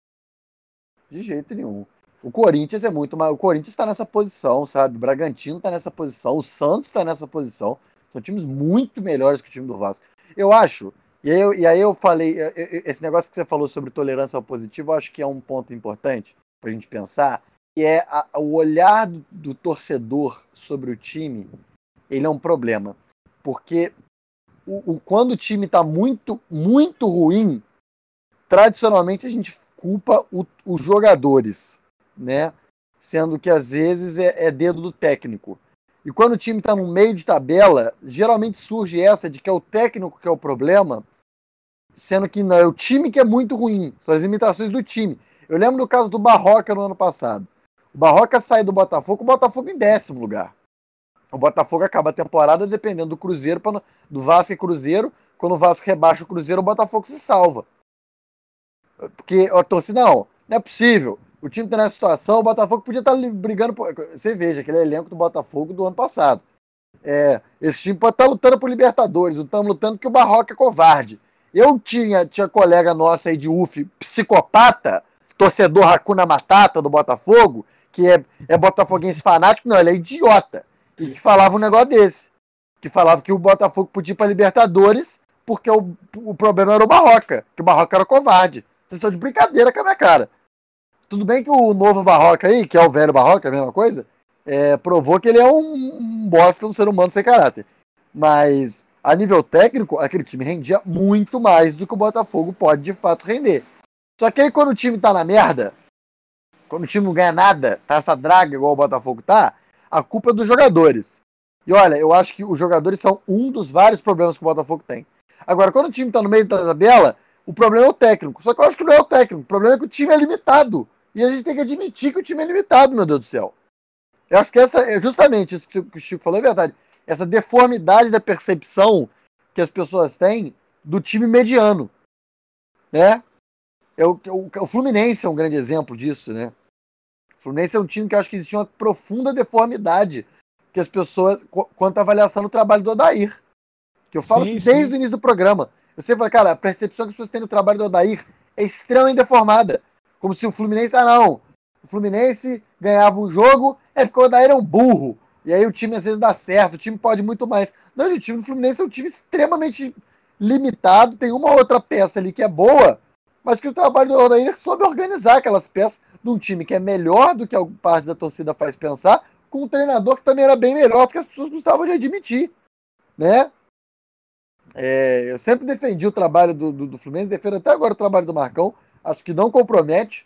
De jeito nenhum. O Corinthians é muito mais. O Corinthians está nessa posição, sabe? O Bragantino está nessa posição, o Santos está nessa posição. São times muito melhores que o time do Vasco. Eu acho. E aí eu falei, esse negócio que você falou sobre tolerância ao positivo, eu acho que é um ponto importante para a gente pensar, que é o olhar do torcedor sobre o time. Ele é um problema. Porque quando o time está muito, muito ruim, tradicionalmente a gente culpa os jogadores, né? Sendo que às vezes é dedo do técnico. E quando o time está no meio de tabela, geralmente surge essa de que é o técnico que é o problema, sendo que não, é o time que é muito ruim, são as limitações do time. Eu lembro do caso do Barroca no ano passado. O Barroca saiu do Botafogo, o Botafogo em 10º lugar. O Botafogo acaba a temporada dependendo do Cruzeiro, do Vasco e Cruzeiro. Quando o Vasco rebaixa o Cruzeiro, o Botafogo se salva. Porque a torcida, não é possível. O time tá nessa situação, o Botafogo podia estar brigando. Você veja, aquele elenco do Botafogo do ano passado. Esse time pode estar lutando por Libertadores, não estamos lutando porque o Barroca é covarde. Eu tinha colega nosso aí de UF, psicopata, torcedor Hakuna Matata do Botafogo, que é botafoguense fanático, não, ele é idiota. E que falava um negócio desse. Que falava que o Botafogo podia ir para Libertadores porque o problema era o Barroca, que o Barroca era covarde. Vocês estão de brincadeira com a minha cara. Tudo bem que o novo Barroca aí, que é o velho Barroca, a mesma coisa, provou que ele é um bosta, um ser humano sem caráter. Mas, a nível técnico, aquele time rendia muito mais do que o Botafogo pode de fato render. Só que aí quando o time tá na merda, quando o time não ganha nada, tá essa draga igual o Botafogo tá, a culpa é dos jogadores. E olha, eu acho que os jogadores são um dos vários problemas que o Botafogo tem. Agora, quando o time tá no meio da tabela, o problema é o técnico. Só que eu acho que não é o técnico, o problema é que o time é limitado. E a gente tem que admitir que o time é limitado, meu Deus do céu. Eu acho que justamente isso que o Chico falou é verdade. Essa deformidade da percepção que as pessoas têm do time mediano, né? O Fluminense é um grande exemplo disso, né? O Fluminense é um time que eu acho que existe uma profunda deformidade que as pessoas, quanto à avaliação do trabalho do Odair. Que eu falo desde o início do programa. Eu sempre falo, cara, a percepção que as pessoas têm do trabalho do Odair é extremamente deformada. Como se o Fluminense, o Fluminense ganhava um jogo, porque o Odair é um burro. E aí o time às vezes dá certo, o time pode muito mais. Não, o time do Fluminense é um time extremamente limitado, tem uma outra peça ali que é boa, mas que o trabalho do Odair é soube organizar aquelas peças de um time que é melhor do que a parte da torcida faz pensar, com um treinador que também era bem melhor do que as pessoas gostavam de admitir, né? Eu sempre defendi o trabalho do Fluminense, defendo até agora o trabalho do Marcão, acho que não compromete.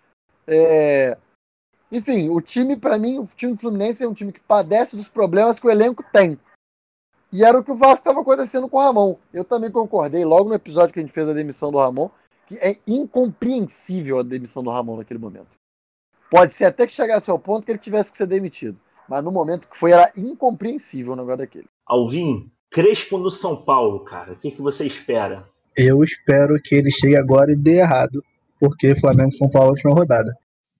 Enfim, o time, para mim, o time do Fluminense é um time que padece dos problemas que o elenco tem. E era o que o Vasco estava acontecendo com o Ramon. Eu também concordei, logo no episódio que a gente fez a demissão do Ramon, que é incompreensível a demissão do Ramon naquele momento. Pode ser até que chegasse ao ponto que ele tivesse que ser demitido. Mas no momento que foi, era incompreensível o negócio daquele. Alvin, Crespo no São Paulo, cara. O que você espera? Eu espero que ele chegue agora e dê errado, porque Flamengo e São Paulo é a última rodada.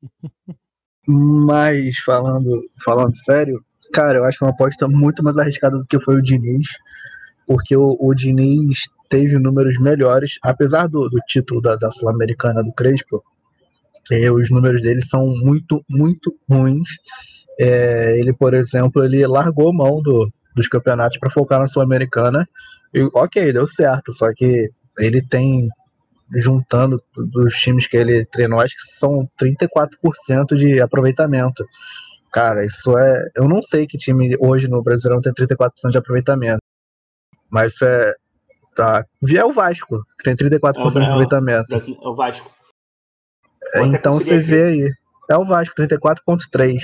Mas falando sério, cara, eu acho uma aposta muito mais arriscada do que foi o Diniz, porque o Diniz teve números melhores, apesar do título da Sul-Americana do Crespo, os números dele são muito, muito ruins. Ele, por exemplo, ele largou mão dos campeonatos para focar na Sul-Americana, e ok, deu certo, só que ele tem, juntando dos times que ele treinou, acho que são 34% de aproveitamento. Cara, isso eu não sei que time hoje no Brasileirão tem 34% de aproveitamento, mas isso é o Vasco, que tem 34% de aproveitamento. É o Vasco. Então você vê aí, é o Vasco, 34,3%.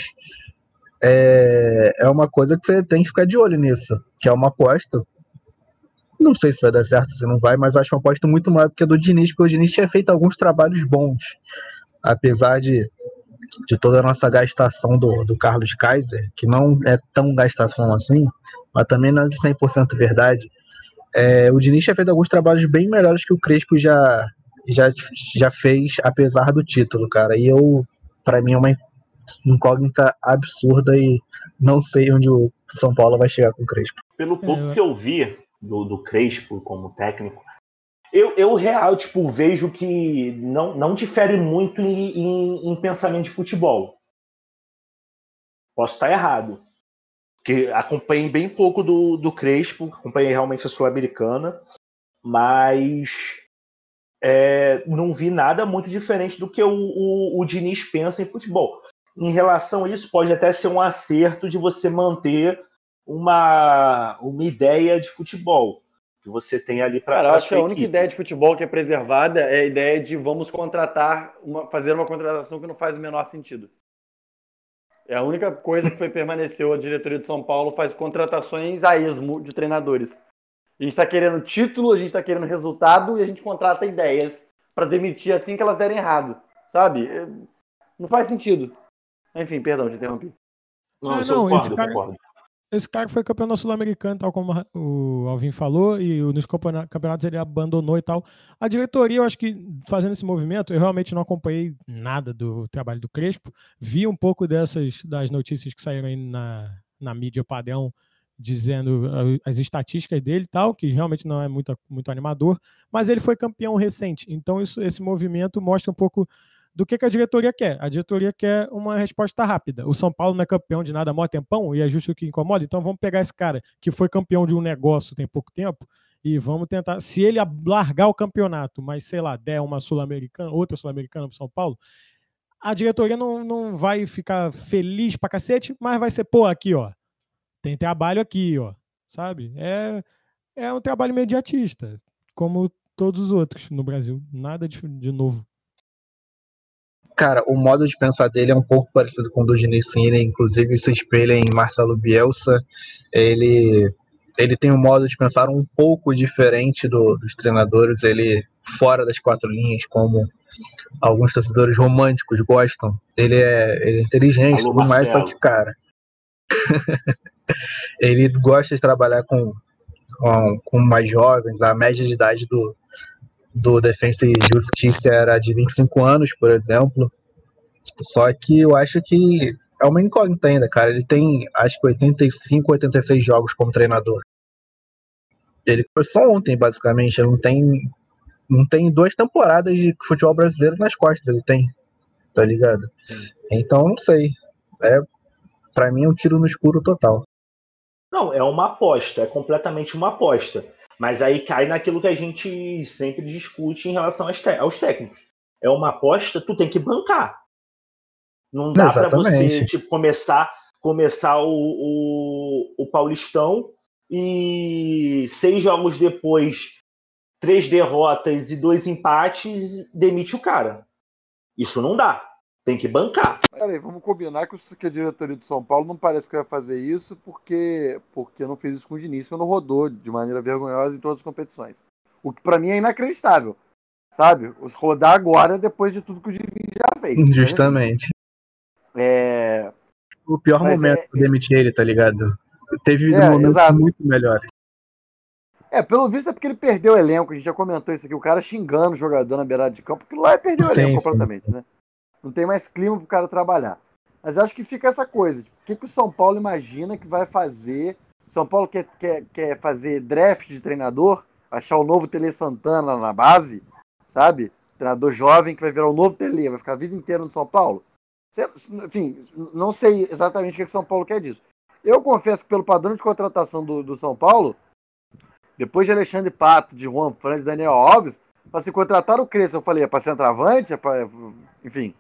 É uma coisa que você tem que ficar de olho nisso, que é uma aposta. Não sei se vai dar certo, se não vai, mas eu acho uma aposta muito maior do que a do Diniz, porque o Diniz tinha feito alguns trabalhos bons, apesar de toda a nossa gastação do Carlos Kaiser, que não é tão gastação assim, mas também não é de 100% verdade. O Diniz tinha feito alguns trabalhos bem melhores que o Crespo já fez, apesar do título, cara. E pra mim, é uma incógnita absurda e não sei onde o São Paulo vai chegar com o Crespo. Pelo pouco que eu vi do Crespo como técnico, eu real, vejo que não difere muito em pensamento de futebol. Posso estar errado, porque acompanhei bem pouco do Crespo, acompanhei realmente a Sul-Americana, mas não vi nada muito diferente do que o Diniz pensa em futebol. Em relação a isso, pode até ser um acerto de você manter uma ideia de futebol que você tem ali para. Cara, eu acho que a única ideia de futebol que é preservada é a ideia de vamos fazer uma contratação que não faz o menor sentido. É a única coisa que permaneceu. A diretoria de São Paulo faz contratações a esmo de treinadores. A gente está querendo título, a gente está querendo resultado e a gente contrata ideias para demitir assim que elas derem errado, sabe? Não faz sentido. Enfim, perdão, te interrompi. Não, eu concordo. esse cara foi campeão da Sul-Americana, tal como o Alvin falou, e nos campeonatos ele abandonou e tal. A diretoria, eu acho que fazendo esse movimento, eu realmente não acompanhei nada do trabalho do Crespo, vi um pouco das notícias que saíram aí na mídia padrão, dizendo as estatísticas dele e tal, que realmente não é muito animador, mas ele foi campeão recente, então esse movimento mostra um pouco do que a diretoria quer. A diretoria quer uma resposta rápida. O São Paulo não é campeão de nada há mó tempão, e é justo o que incomoda, então vamos pegar esse cara que foi campeão de um negócio tem pouco tempo, e vamos tentar, se ele largar o campeonato, mas sei lá, der uma Sul-Americana, outra Sul-Americana pro São Paulo, a diretoria não vai ficar feliz pra cacete, mas vai ser, pô, aqui, ó, tem trabalho aqui, ó, sabe? É um trabalho imediatista, como todos os outros no Brasil. Nada de novo. Cara, o modo de pensar dele é um pouco parecido com o do Diniz, sim, ele inclusive se espelha em Marcelo Bielsa. Ele tem um modo de pensar um pouco diferente dos treinadores, ele fora das quatro linhas, como alguns torcedores românticos gostam. Ele é inteligente e tudo mais, só que, cara, ele gosta de trabalhar com mais jovens. A média de idade do Defensa e Justiça era de 25 anos, por exemplo. Só que eu acho que é uma incógnita ainda, cara. Ele tem, acho que 85, 86 jogos como treinador. Ele começou ontem, basicamente. Ele não tem 2 temporadas de futebol brasileiro nas costas, ele tem, tá ligado? Então, não sei. Pra mim é um tiro no escuro total. Não, é uma aposta, é completamente uma aposta. Mas aí cai naquilo que a gente sempre discute em relação aos técnicos. É uma aposta, tu tem que bancar. Não dá para você começar o Paulistão e 6 jogos depois, 3 derrotas e 2 empates, demite o cara. Isso não dá. Tem que bancar. Peraí, vamos combinar que a diretoria do São Paulo não parece que vai fazer isso porque não fez isso com o Diniz, que não rodou de maneira vergonhosa em todas as competições. O que pra mim é inacreditável, sabe? Rodar agora depois de tudo que o Diniz já fez. Justamente. O pior momento de demitir ele, tá ligado? Teve momentos muito melhores. Pelo visto é porque ele perdeu o elenco. A gente já comentou isso aqui. O cara xingando o jogador na beirada de campo, porque lá perdeu o elenco completamente, né? Não tem mais clima pro cara trabalhar. Mas acho que fica essa coisa. O que o São Paulo imagina que vai fazer? O São Paulo quer fazer draft de treinador, achar o novo Tele Santana na base, sabe? Treinador jovem que vai virar o novo Tele, vai ficar a vida inteira no São Paulo. Enfim, não sei exatamente o que o São Paulo quer disso. Eu confesso que pelo padrão de contratação do São Paulo, depois de Alexandre Pato, de Juan Fran, de Daniel Alves, para se contratar o Crespo, eu falei, é para centroavante, enfim.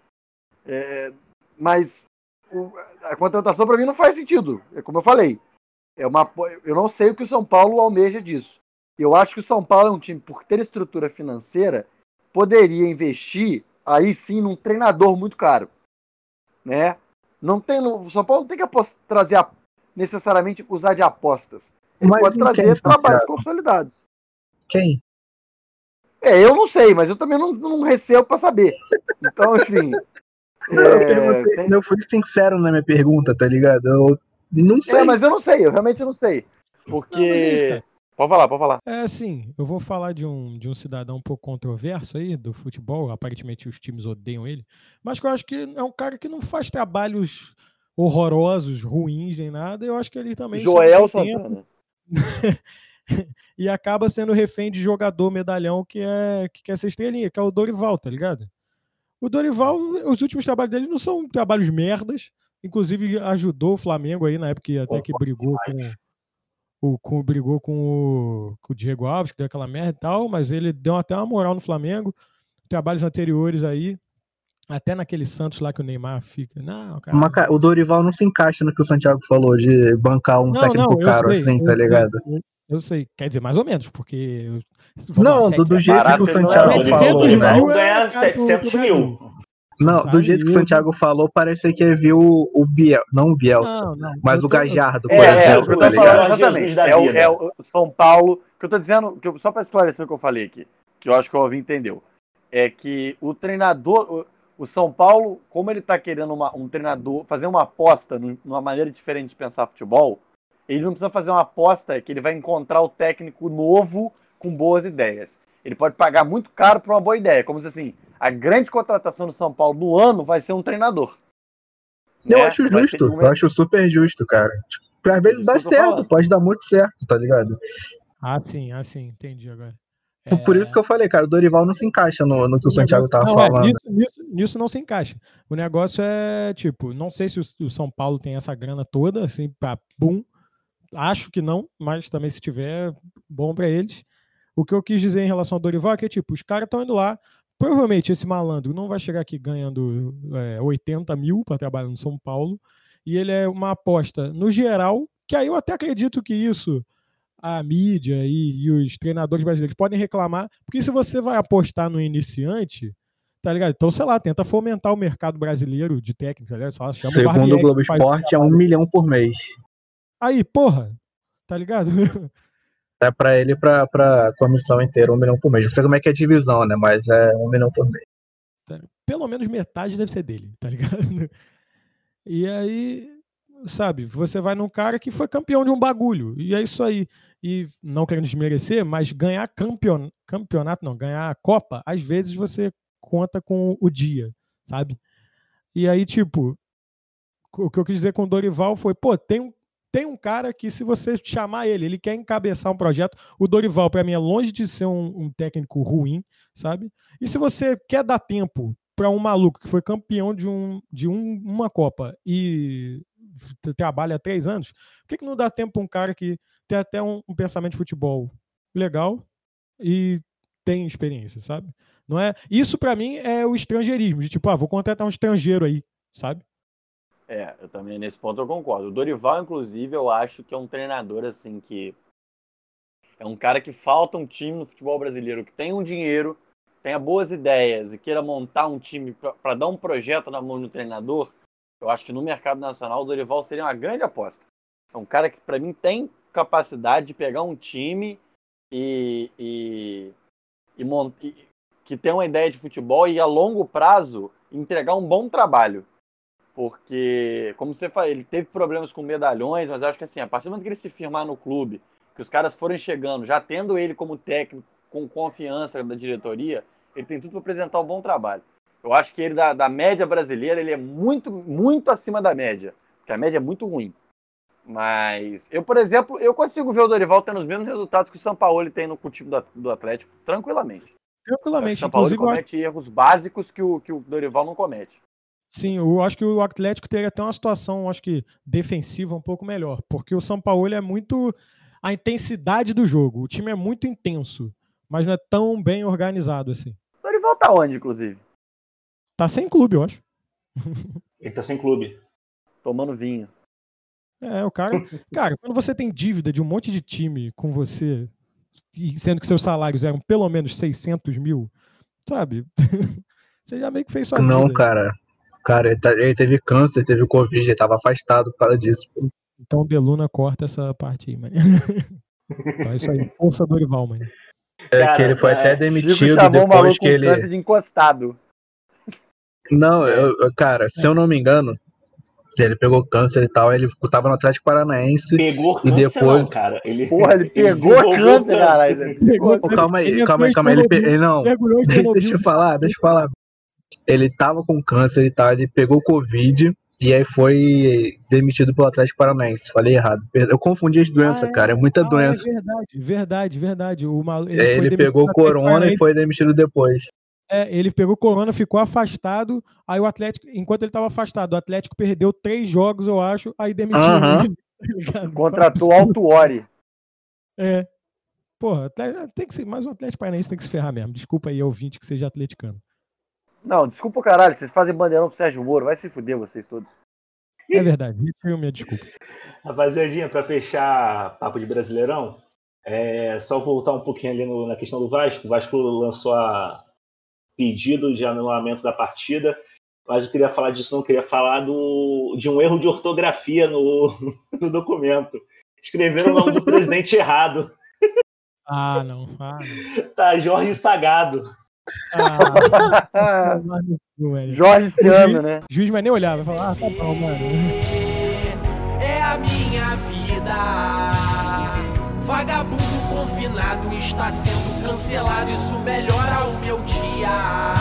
Mas a contratação para mim não faz sentido. É como eu falei. Eu não sei o que o São Paulo almeja disso. Eu acho que o São Paulo é um time, por ter estrutura financeira, poderia investir aí sim num treinador muito caro, né? O São Paulo não tem que necessariamente usar de apostas. Ele pode trazer trabalhos consolidados. Quem? Eu não sei, mas eu também não recebo para saber. Então, enfim. Eu fui sincero na minha pergunta, tá ligado? Eu não sei. Mas eu não sei, eu realmente não sei. Porque. Pode falar. Assim, eu vou falar de um cidadão um pouco controverso aí do futebol. Aparentemente os times odeiam ele. Mas que eu acho que é um cara que não faz trabalhos horrorosos, ruins, nem nada. Eu acho que ele também. Joel Santana. E acaba sendo refém de jogador medalhão que quer ser estrelinha, que é o Dorival, tá ligado? O Dorival, os últimos trabalhos dele não são trabalhos merdas. Inclusive ajudou o Flamengo aí na época até que brigou com o Diego Alves, que deu aquela merda e tal, mas ele deu até uma moral no Flamengo. Trabalhos anteriores aí, até naquele Santos lá que o Neymar fica. Não, cara, o Dorival não se encaixa no que o Santiago falou de bancar um técnico caro assim, tá ligado? Eu sei, quer dizer, mais ou menos, porque... do jeito que o Santiago falou, né? Ganha 700 mil. Não, do jeito que o Santiago falou, parece que ia ver o Bielsa, não o Bielsa, mas o Gajardo, por exemplo. O que eu tô falando exatamente. É o São Paulo, que eu tô dizendo, só para esclarecer o que eu falei aqui, que eu acho que o Alvin entendeu, é que o treinador, o São Paulo, como ele tá querendo um treinador, fazer uma aposta numa maneira diferente de pensar futebol, ele não precisa fazer uma aposta que ele vai encontrar o técnico novo com boas ideias. Ele pode pagar muito caro por uma boa ideia, como se assim, a grande contratação do São Paulo do ano vai ser um treinador. Eu Né? acho Vai justo, ser eu acho super justo, cara. Tipo, às vezes dá Isso que eu tô certo, falando. pode dar muito certo, tá ligado? Sim, entendi agora. Por isso que eu falei, cara, o Dorival não se encaixa no que o Santiago tava falando. Nisso não se encaixa. O negócio é, tipo, não sei se o São Paulo tem essa grana toda, assim, pra bum. Acho que não, mas também se tiver, bom pra eles. O que eu quis dizer em relação ao Dorival é que, tipo, os caras estão indo lá, provavelmente esse malandro não vai chegar aqui ganhando 80 mil para trabalhar no São Paulo, e ele é uma aposta no geral, que aí eu até acredito que isso a mídia e os treinadores brasileiros podem reclamar, porque se você vai apostar no iniciante, tá ligado? Então, sei lá, tenta fomentar o mercado brasileiro de técnico, tá ligado? Chama Segundo o Globo Esporte, é 1 milhão por mês. Aí, porra, tá ligado? É pra ele e pra comissão inteira, 1 milhão por mês. Não sei como é que é a divisão, né? Mas é 1 milhão por mês. Pelo menos metade deve ser dele, tá ligado? E aí, sabe, você vai num cara que foi campeão de um bagulho, e é isso aí. E não querendo desmerecer, mas ganhar campeonato, não, ganhar a Copa, às vezes você conta com o dia, sabe? E aí, tipo, o que eu quis dizer com o Dorival foi, pô, tem um cara que se você chamar ele quer encabeçar um projeto. O Dorival, para mim, é longe de ser um técnico ruim, sabe? E se você quer dar tempo para um maluco que foi campeão de uma Copa e trabalha há 3 anos, por que não dá tempo para um cara que tem até um pensamento de futebol legal e tem experiência, sabe? Não é? Isso para mim é o estrangeirismo, de tipo, vou contratar um estrangeiro aí, sabe? Eu também nesse ponto eu concordo. O Dorival, inclusive, eu acho que é um treinador assim que é um cara que falta um time no futebol brasileiro que tem um dinheiro, tenha boas ideias e queira montar um time para dar um projeto na mão do treinador. Eu acho que no mercado nacional o Dorival seria uma grande aposta. É um cara que, para mim, tem capacidade de pegar um time que tem uma ideia de futebol e, a longo prazo, entregar um bom trabalho. Porque, como você falou, ele teve problemas com medalhões, mas eu acho que assim, a partir do momento que ele se firmar no clube, que os caras forem chegando, já tendo ele como técnico, com confiança da diretoria, ele tem tudo para apresentar um bom trabalho. Eu acho que ele, da média brasileira, ele é muito, muito acima da média, porque a média é muito ruim. Mas eu, por exemplo, eu consigo ver o Dorival tendo os mesmos resultados que o Sampaoli tem no time do Atlético, tranquilamente. Tranquilamente. O Sampaoli comete erros básicos que o Dorival não comete. Sim, eu acho que o Atlético teria até uma situação, acho que defensiva um pouco melhor, porque o Sampaoli é muito a intensidade do jogo. O time é muito intenso, mas não é tão bem organizado assim. O Dorival tá onde, inclusive? Tá sem clube, eu acho. Ele tá sem clube. Tomando vinho. O cara... Cara, quando você tem dívida de um monte de time com você, sendo que seus salários eram pelo menos 600 mil, sabe? Você já meio que fez sua vida. Não, cara. Cara, ele teve câncer, teve Covid, ele tava afastado por causa disso. Então, Deluna corta essa parte aí, mano. Então é isso aí, força Dorival, mano. Cara, que ele foi até demitido depois que ele... câncer de encostado. Não, cara, se eu não me engano, ele pegou câncer e tal, ele tava no Atlético Paranaense. Pegou e câncer depois... não, cara. Ele pegou câncer, caralho. Calma aí. Ele não... Deixa eu falar. Ele tava com câncer e tal, ele pegou Covid e aí foi demitido pelo Atlético Paranaense. Falei errado. Eu confundi as doenças, cara. É muita doença. Verdade. Ele pegou corona e foi demitido depois. Ele pegou corona, ficou afastado. Aí o Atlético, enquanto ele estava afastado, o Atlético perdeu 3 jogos, eu acho. Aí demitiu ele. Contratou o Altuori. Porra, tem que ser, mas o Atlético Paranaense tem que se ferrar mesmo. Desculpa aí, ouvinte, que seja atleticano. Não, desculpa o caralho, vocês fazem bandeirão pro Sérgio Moro, vai se fuder vocês todos. É verdade, minha desculpa. Rapaziadinha, pra fechar papo de Brasileirão, só voltar um pouquinho ali na questão do Vasco. O Vasco lançou pedido de anulamento da partida, mas eu queria falar disso, não queria falar de um erro de ortografia no documento. Escreveram o nome do presidente errado. Não. Tá, Jorge Sagado. Jorge Ciano, né? O juiz vai nem olhar, vai falar, tá bom, mano. é a minha vida. Vagabundo confinado está sendo cancelado, isso melhora o meu dia.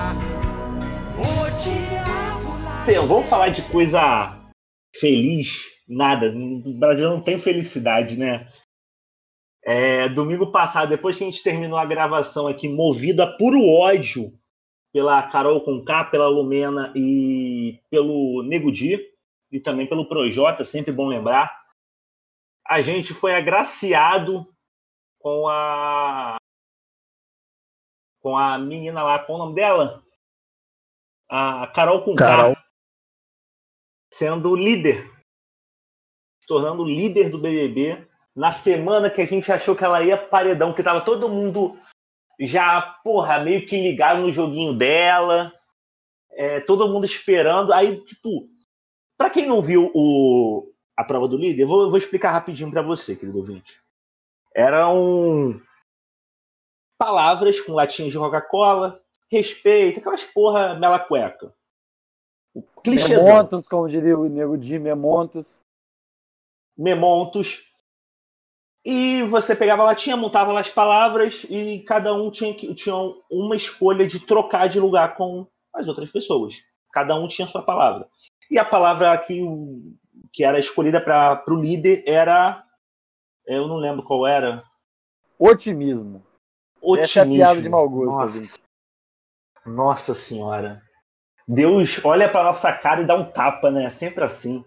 O Thiago... Vamos falar de coisa feliz? Nada, no Brasil não tem felicidade, né? Domingo passado, depois que a gente terminou a gravação aqui, movida a puro ódio pela Carol Conká, pela Lumena e pelo Nego Di, e também pelo Projota, sempre bom lembrar, a gente foi agraciado com a menina lá, qual o nome dela? A Carol Conká, sendo líder, se tornando líder do BBB, na semana que a gente achou que ela ia paredão, que tava todo mundo já, meio que ligado no joguinho dela, todo mundo esperando. Aí, tipo, pra quem não viu a prova do líder, eu vou explicar rapidinho pra você, querido ouvinte. Eram palavras com latinhas de Coca-Cola, respeito, aquelas porra mela cueca. Clichêzão. Memontos, como diria o Nego Di, memontos. E você pegava a latinha, montava lá as palavras e cada um tinha uma escolha de trocar de lugar com as outras pessoas. Cada um tinha a sua palavra. E a palavra que era escolhida para o líder era... Eu não lembro qual era. Otimismo. Essa é a piada de mau gosto. Nossa Senhora. Deus olha para nossa cara e dá um tapa, né? Sempre assim.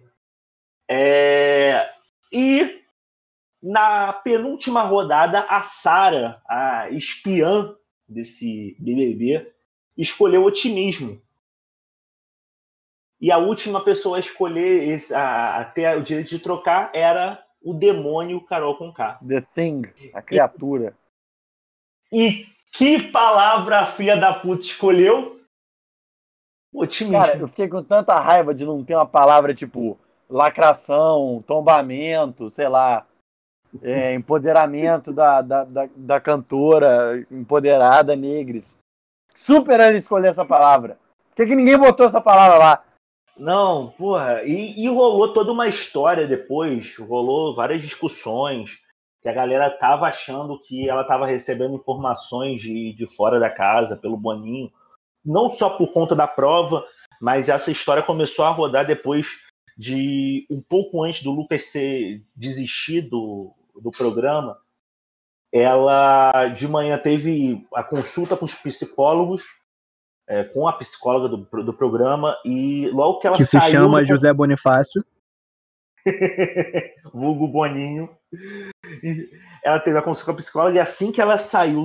E na penúltima rodada, a Sara, a espiã desse BBB, escolheu otimismo. E a última pessoa a escolher, a ter o direito de trocar, era o demônio Carol Conká. The Thing, a criatura. E que palavra a filha da puta escolheu? Otimismo. Cara, eu fiquei com tanta raiva de não ter uma palavra tipo lacração, tombamento, sei lá, empoderamento da cantora empoderada Negres. Super ele escolher essa palavra. Por que ninguém botou essa palavra lá? Não, porra, e rolou toda uma história depois, rolou várias discussões, que a galera tava achando que ela tava recebendo informações de fora da casa, pelo Boninho, não só por conta da prova, mas essa história começou a rodar depois de um pouco antes do Lucas desistir do programa. Ela de manhã teve a consulta com os psicólogos, com a psicóloga do programa, e logo que ela saiu... Que se chama José Bonifácio. Vulgo Boninho. Ela teve a consulta com a psicóloga, e assim que ela saiu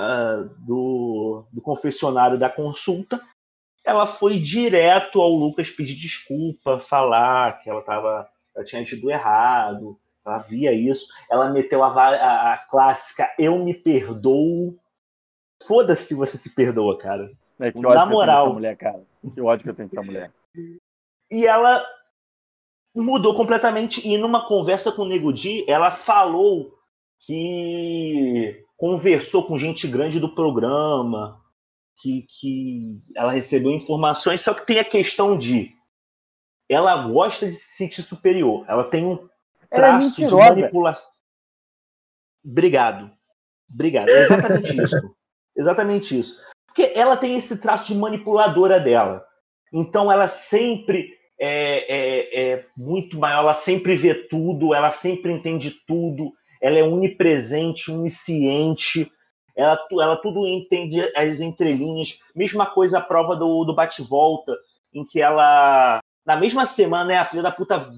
do confessionário da consulta, ela foi direto ao Lucas pedir desculpa, falar que ela tinha agido errado, ela via isso. Ela meteu a clássica "eu me perdoo". Foda-se se você se perdoa, cara. Que ódio na moral. Que eu tenho dessa mulher, cara. Que ódio que eu tenho dessa mulher. E ela mudou completamente. E numa conversa com o Nego Di, ela falou que conversou com gente grande do programa, que ela recebeu informações, só que tem a questão de ela gosta de se sentir superior. Ela tem um traço de manipulação. Obrigado. É exatamente isso. Porque ela tem esse traço de manipuladora dela. Então ela sempre é muito maior, ela sempre vê tudo, ela sempre entende tudo, ela é onipresente, onisciente, ela tudo entende as entrelinhas. Mesma coisa a prova do bate-volta, em que ela, na mesma semana, a filha da puta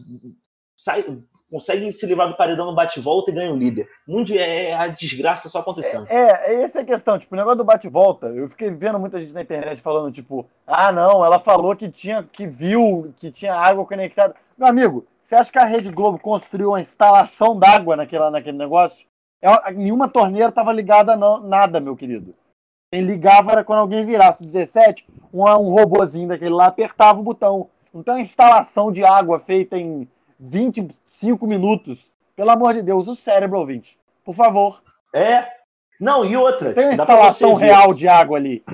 consegue se livrar do paredão no bate-volta e ganha o líder. A desgraça só acontecendo. Essa é a questão. Tipo, o negócio do bate-volta, eu fiquei vendo muita gente na internet falando, tipo, não, ela falou que viu que tinha água conectada. Meu amigo, você acha que a Rede Globo construiu uma instalação d'água naquele negócio? Nenhuma torneira estava ligada a nada, meu querido. Quem ligava era quando alguém virasse 17, um robozinho daquele lá apertava o botão. Não tem uma instalação de água feita em 25 minutos. Pelo amor de Deus, o cérebro, ouvinte. Por favor. Não, e outra. Tem uma instalação real de água ali.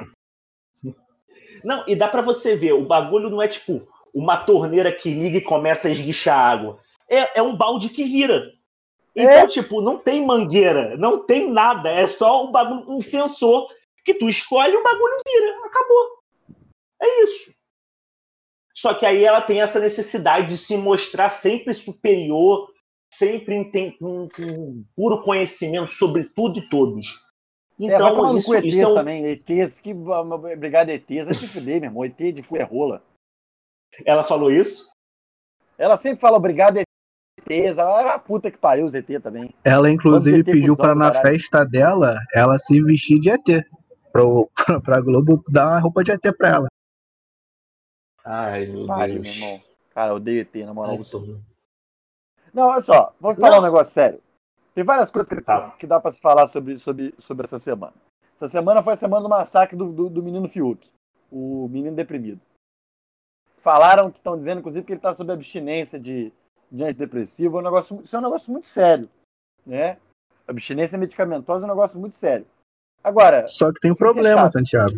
Não, e dá pra você ver. O bagulho não é tipo uma torneira que liga e começa a esguichar água. é um balde que vira. Então, tipo, não tem mangueira, não tem nada, é só um sensor que tu escolhe e o bagulho vira. Acabou. É isso. Só que aí ela tem essa necessidade de se mostrar sempre superior, sempre com puro conhecimento sobre tudo e todos. Então, vai isso ETs também. ETs, que brigada ETs, vai se fuder, meu irmão. ET de cu é rola. Ela falou isso? Ela sempre fala obrigado ETs. A puta que pariu os ET também. Ela, inclusive, pediu pra na festa dela, ela se vestir de ET. Pra Globo dar uma roupa de ET pra ela. Ai, meu Deus. Meu irmão. Cara, eu odeio ET, na moral. Não, olha só. Vou falar um negócio sério. Tem várias coisas que dá pra se falar sobre essa semana. Essa semana foi a semana do massacre do menino Fiuk. O menino deprimido. Falaram que estão dizendo, inclusive, que ele está sob abstinência de antidepressivo. Isso é um negócio muito sério. Né? Abstinência medicamentosa é um negócio muito sério. Agora. Só que tem um problema, Santiago.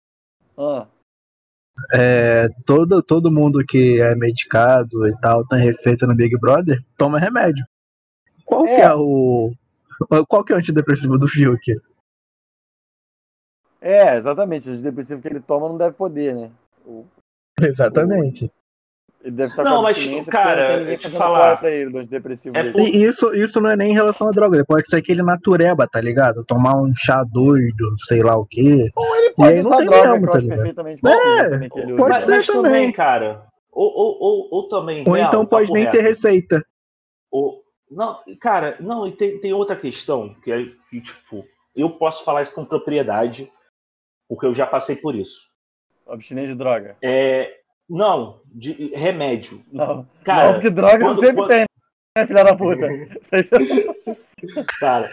Todo mundo que é medicado e tal, tem receita no Big Brother, toma remédio. Qual que é o antidepressivo do Fiuk? Exatamente. O antidepressivo que ele toma não deve poder, né? Exatamente. Ele deve estar não, mas, cara, ninguém te falar pra ele do antidepressivo dele. E isso não é nem em relação à droga. Ele pode ser aquele natureba, tá ligado? Tomar um chá doido, sei lá o quê. Ou ele pode usar droga, mesmo, que eu acho perfeitamente possível também que ele use. Mas também, cara. Ou também. Ou então pode nem ter receita. Não, cara, não, e tem outra questão que tipo, eu posso falar isso com propriedade, porque eu já passei por isso. Abstinência de droga. Não, de remédio. Não, cara, não, porque droga sempre tem, né, filha da puta? Cara,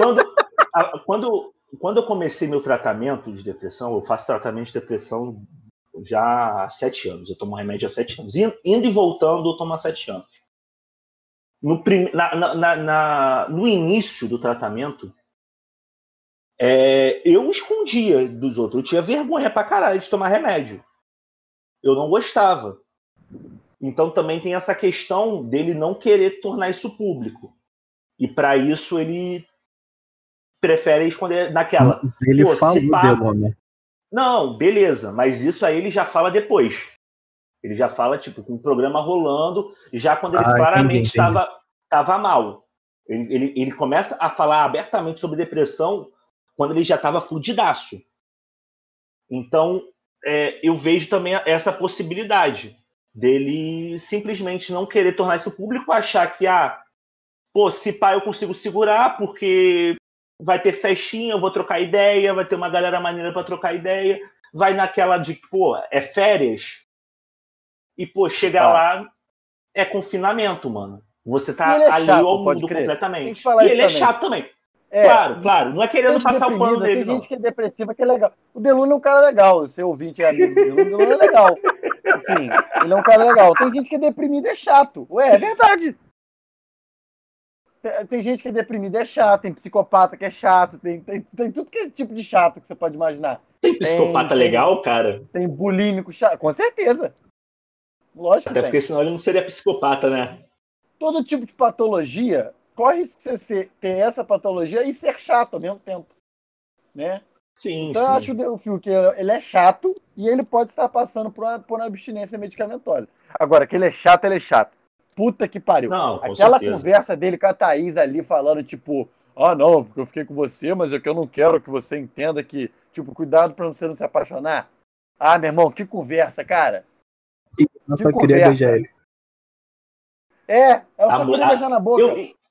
quando eu comecei meu tratamento de depressão, eu faço tratamento de depressão já há 7 anos. Eu tomo remédio há 7 anos. Indo e voltando, eu tomo há 7 anos. No início do tratamento, eu escondia dos outros. Eu tinha vergonha pra caralho de tomar remédio. Eu não gostava. Então também tem essa questão dele não querer tornar isso público. E para isso ele prefere esconder naquela. Ele falou né? Não, beleza, mas isso aí ele já fala depois. Ele já fala, tipo, com o programa rolando, já quando ele claramente estava mal. Ele começa a falar abertamente sobre depressão quando ele já estava fudidaço. Então, eu vejo também essa possibilidade dele simplesmente não querer tornar isso público, achar que, se pá, eu consigo segurar, porque vai ter festinha, eu vou trocar ideia, vai ter uma galera maneira para trocar ideia, vai naquela de, férias, e, chega lá, é confinamento, mano. Você tá ali ao mundo completamente. E ele é chato também. Claro. Não é querendo passar o pano dele, não. Tem gente que é depressiva, que é legal. O Deluna é um cara legal. Seu ouvinte é amigo do Deluna, o Deluna é legal. Enfim, ele é um cara legal. Tem gente que é deprimida e é chato. É verdade. Tem gente que é deprimida e é chato. Tem psicopata que é chato. Tem tudo que é tipo de chato que você pode imaginar. Tem psicopata legal, cara? Tem bulímico chato. Com certeza. Lógico. Até porque senão ele não seria psicopata, né? Todo tipo de patologia corre você ter essa patologia e ser chato ao mesmo tempo, né? Sim, então eu acho que o Fiuk, ele é chato e ele pode estar passando por uma abstinência medicamentosa. Agora, que ele é chato, Puta que pariu. Não, aquela certeza. conversa dele com a Thaís ali falando, tipo, não, porque eu fiquei com você, mas é que eu não quero que você entenda que, tipo, cuidado pra você não se apaixonar. Meu irmão, que conversa, cara. Eu só queria beijar ele. Ela só queria beijar na boca.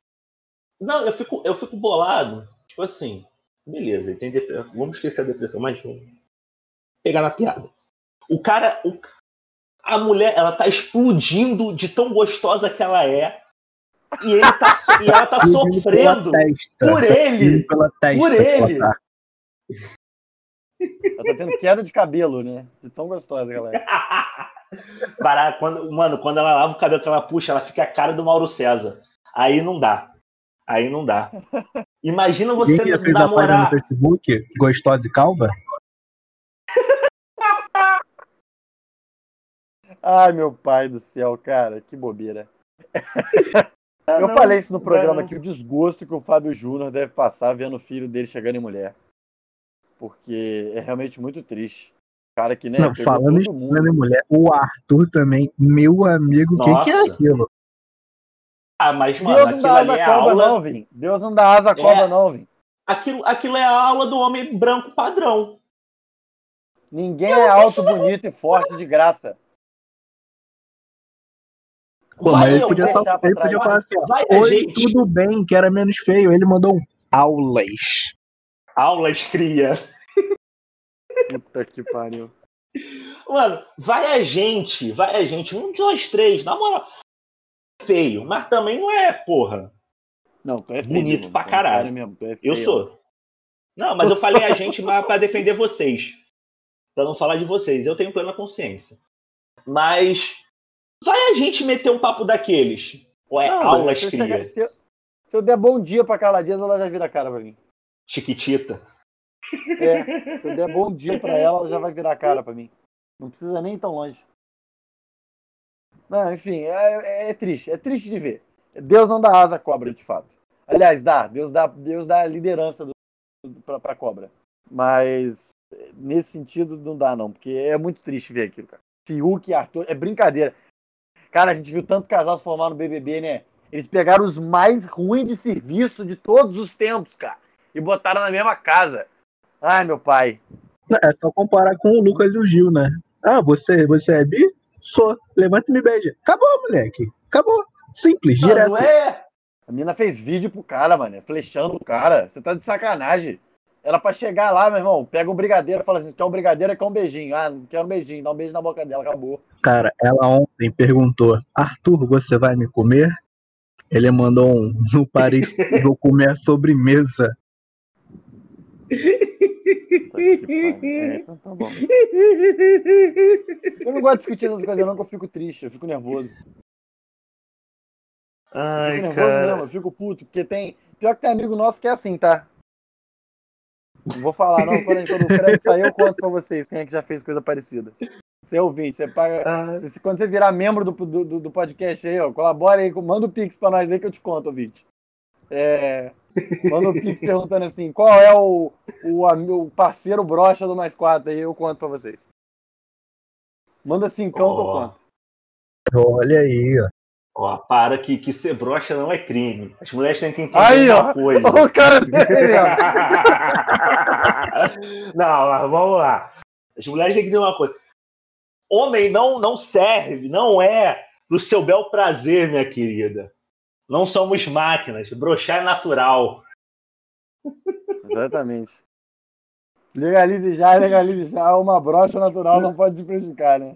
Eu fico bolado. Tipo assim, beleza, vamos esquecer a depressão, mas vamos pegar na piada. A mulher, ela tá explodindo de tão gostosa que ela é. E ela tá sofrendo por ele. Por ele. Ela tá tendo queda de cabelo, né? De tão gostosa que ela é. Quando ela lava o cabelo que ela puxa, ela fica a cara do Mauro César. Aí não dá. Imagina você namorar. No Facebook, gostosa e calva? Ai, meu pai do céu, cara, que bobeira. Eu falei isso no programa aqui, o desgosto que o Fábio Júnior deve passar vendo o filho dele chegando em mulher. Porque é realmente muito triste. Cara que, né, Não, pegou falando todo em mundo. mulher, o Arthur também, meu amigo, o que é Nossa. aquilo? Ah, mas, mano, Deus não aquilo dá ali asa é à a cobra, aula. não, Vim. Deus não dá asa à cobra, não, Vim. Aquilo é a aula do homem branco padrão. Ninguém é alto, bonito e forte de graça. Pô, Vai mas ele eu, podia, deixar pra ele trás. podia falar assim, ó, vai a oi, gente. tudo bem, que era menos feio. Ele mandou um aulas. Aulas cria. Puta que pariu. Mano, vai a gente. Um de nós três, na moral. Feio, mas também não é, porra. Não, tu é feio. Bonito mano. pra caralho. Sério mesmo, tu é feio. Eu sou. Não, mas eu falei a gente mas pra defender vocês. Pra não falar de vocês. Eu tenho plena consciência. Mas vai a gente meter um papo daqueles. Ou é Não, aulas se eu cria? chegar- se eu der bom dia pra Carla Dias, ela já vira a cara pra mim. Chiquitita. Se eu der bom dia pra ela já vai virar a cara pra mim. Não precisa nem ir tão longe. Não, enfim, é triste. É triste de ver. Deus não dá asa à cobra, de fato. Aliás, Deus dá liderança pra cobra. Mas nesse sentido não dá, não. Porque é muito triste ver aquilo, cara. Fiuk e Arthur, é brincadeira. Cara, a gente viu tanto casal se formar no BBB, né? Eles pegaram os mais ruins de serviço de todos os tempos, cara. E botaram na mesma casa. Ai, meu pai. É só comparar com o Lucas e o Gil, né? Ah, você é bi? Sou. Levanta e me beija. Acabou, moleque. Acabou. Simples, direto. Não é? A mina fez vídeo pro cara, mano. Flechando o cara. Você tá de sacanagem. Era pra chegar lá, meu irmão. Pega um brigadeiro e fala assim: quer um brigadeiro, quer um beijinho. Ah, não quero um beijinho. Dá um beijo na boca dela. Acabou. Cara, ela ontem perguntou: Arthur, você vai me comer? Ele mandou um: não parei, vou comer a sobremesa. Então tá bom. Eu não gosto de discutir essas coisas, não, que eu fico triste, eu fico nervoso. Eu fico nervoso mesmo, eu fico puto, porque tem. Pior que tem amigo nosso que é assim, tá? Não vou falar, não. Quando o crédito sair, eu conto pra vocês quem é que já fez coisa parecida. Você é ouvinte, você paga. Quando você virar membro do podcast aí, ó, colabora aí, manda o Pix pra nós aí que eu te conto, ouvinte. Manda o Pix perguntando assim: qual é o parceiro brocha do Mais 4 aí, eu conto pra vocês. Manda 5 que eu conto. Olha aí, ó. Ó, para que ser broxa não é crime. As mulheres têm que entender uma coisa. O cara Não, mas vamos lá. As mulheres têm que entender uma coisa. Homem não serve, não é pro seu bel prazer, minha querida. Não somos máquinas. Broxar é natural. Exatamente. Legalize já. Uma brocha natural não pode te prejudicar, né?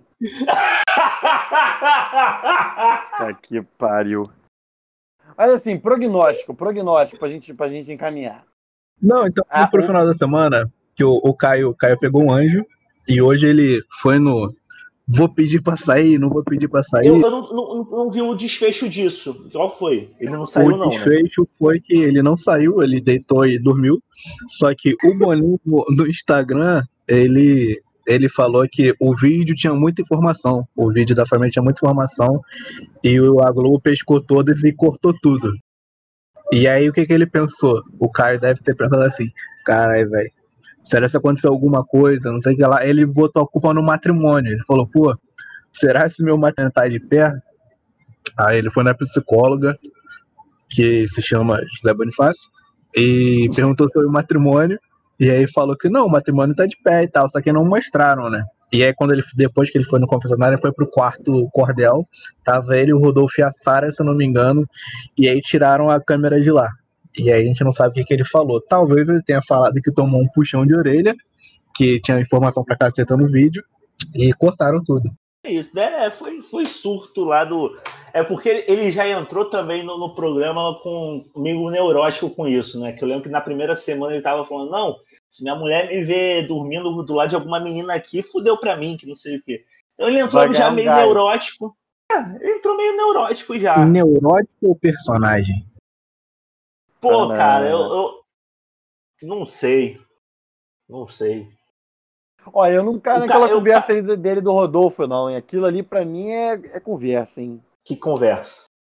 Que pariu. Mas assim, prognóstico pra gente encaminhar. Não, então pro final da semana, que o Caio pegou um anjo e hoje ele foi no vou pedir pra sair, não vou pedir pra sair. Eu não vi o desfecho disso. Qual foi? Ele não saiu, não, né? O desfecho foi que ele não saiu, ele deitou e dormiu. Só que o Boninho no Instagram, ele falou que o vídeo tinha muita informação. O vídeo da família tinha muita informação e a Globo pescou todas e cortou tudo. E aí o que ele pensou? O Caio deve ter pensado assim: caralho, velho, será que aconteceu alguma coisa? Não sei o que lá. Ele botou a culpa no matrimônio. Ele falou: pô, será que meu matrimônio tá de pé? Aí ele foi na psicóloga, que se chama José Bonifácio, e perguntou sobre o matrimônio. E aí falou que não, o matrimônio tá de pé e tal, só que não mostraram, né? E aí depois que ele foi no confessionário, ele foi pro quarto cordel, tava ele, o Rodolfo e a Sara, se eu não me engano, e aí tiraram a câmera de lá. E aí a gente não sabe o que ele falou. Talvez ele tenha falado que tomou um puxão de orelha, que tinha informação pra caceta no vídeo, e cortaram tudo. Isso, né? Foi surto lá do... É porque ele já entrou também no programa comigo neurótico com isso, né? Que eu lembro que na primeira semana ele tava falando: não, se minha mulher me ver dormindo do lado de alguma menina aqui, fudeu pra mim, que não sei o quê. Então ele entrou já meio neurótico. Ele entrou meio neurótico já. Neurótico ou personagem? Pô, cara, eu não sei. Não sei. Olha, eu não caio naquela conversa dele do Rodolfo, não. E aquilo ali, pra mim, é conversa, hein? Que conversa?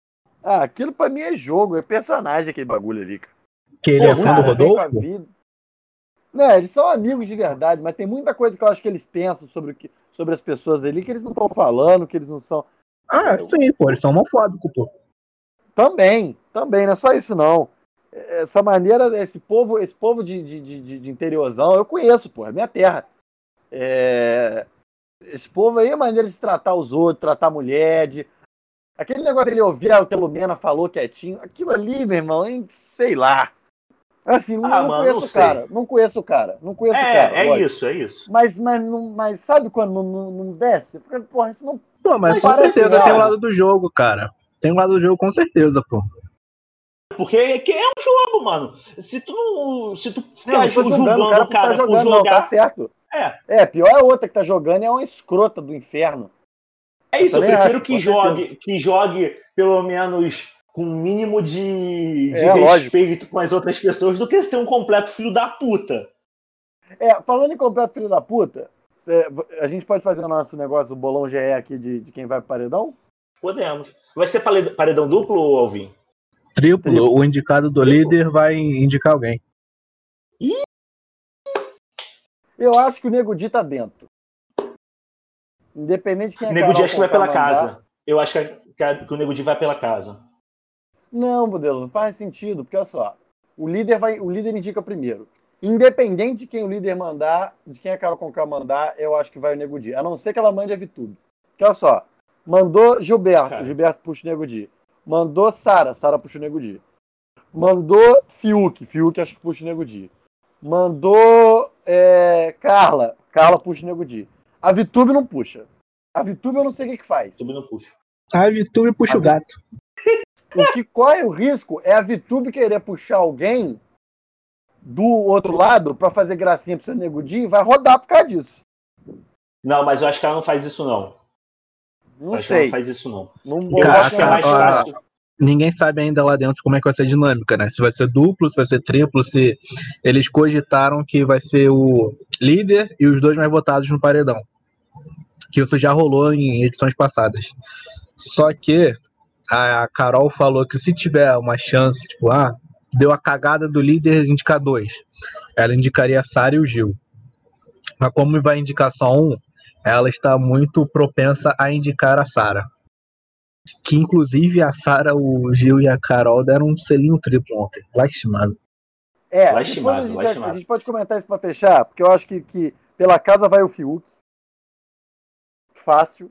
Ah, aquilo pra mim é jogo, é personagem aquele bagulho ali, cara. Que ele é Pô, fã do cara, Vem com a Rodolfo? vida. Não, eles são amigos de verdade, mas tem muita coisa que eu acho que eles pensam sobre as pessoas ali que eles não estão falando, que eles não são. Ah, sim, pô, eles são homofóbicos, pô. Também, não é só isso não. Essa maneira, esse povo de interiorzão, eu conheço, pô, é minha terra. Esse povo aí é maneira de tratar os outros, tratar a mulher, aquele negócio dele ouvir o que a Lumena falou quietinho, aquilo ali, meu irmão, hein, sei lá. Assim, eu não mano, não conheço o sei. cara, não conheço o cara, lógico. É isso. Mas sabe quando não desce? Fica, porra, isso não Pô, mas Mas com isso parece certeza é tem um real. lado do jogo, cara. Tem um lado do jogo com certeza, pô. Porque é um jogo, mano. Se tu ficar Não tô julgando julgando o cara o por estar cara por jogando, não, tá jogar, certo. é Pior é outra que tá jogando, é uma escrota do inferno. Eu isso. Eu também prefiro acho, com certeza. que jogue pelo menos com um mínimo de Lógico. respeito com as outras pessoas do que ser um completo filho da puta. Falando em completo filho da puta, a gente pode fazer o nosso negócio, o bolão GE aqui de quem vai pro paredão? Podemos. Vai ser paredão duplo, Alvin? Triplo, o indicado do líder vai indicar alguém. Eu acho que o Nego Di tá dentro. Independente de quem é Nego Di Carol acho que vai Conká pela mandar. casa. Eu acho que o Nego Di vai pela casa. Não, modelo, não faz sentido, porque olha só, o líder indica primeiro. Independente de quem o líder mandar, de quem a Carol Conká mandar, eu acho que vai o Nego Di. A não ser que ela mande a Vitube. Porque olha só, mandou Gilberto, Cara. Gilberto puxa o Nego Di. Mandou Sara puxa o Nego Di. Mandou Fiuk acho que puxa o Nego Di. Mandou Carla puxa o Nego Di. A Vitube não puxa. A Vitube eu não sei o que faz. Também não puxo. A VTube puxa o gato. O que corre o risco é a Vitube querer puxar alguém do outro lado pra fazer gracinha pro seu Nego Di e vai rodar por causa disso. Não, mas eu acho que ela não faz isso, não. Não Acho que ela sei. não faz isso, não. Não Eu boto acho que é mais fácil. Ninguém sabe ainda lá dentro como é que vai ser a dinâmica, né? Se vai ser duplo, se vai ser triplo, se eles cogitaram que vai ser o líder e os dois mais votados no paredão. Que isso já rolou em edições passadas. Só que a Carol falou que se tiver uma chance, tipo, deu a cagada do líder indicar dois, ela indicaria a Sara e o Gil. Mas como vai indicar só um, ela está muito propensa a indicar a Sara. Que inclusive a Sara, o Gil e a Carol deram um selinho triplo ontem. Lastimado. Lastimado. A gente pode comentar isso pra fechar, porque eu acho que pela casa vai o Fiuk. Fácil.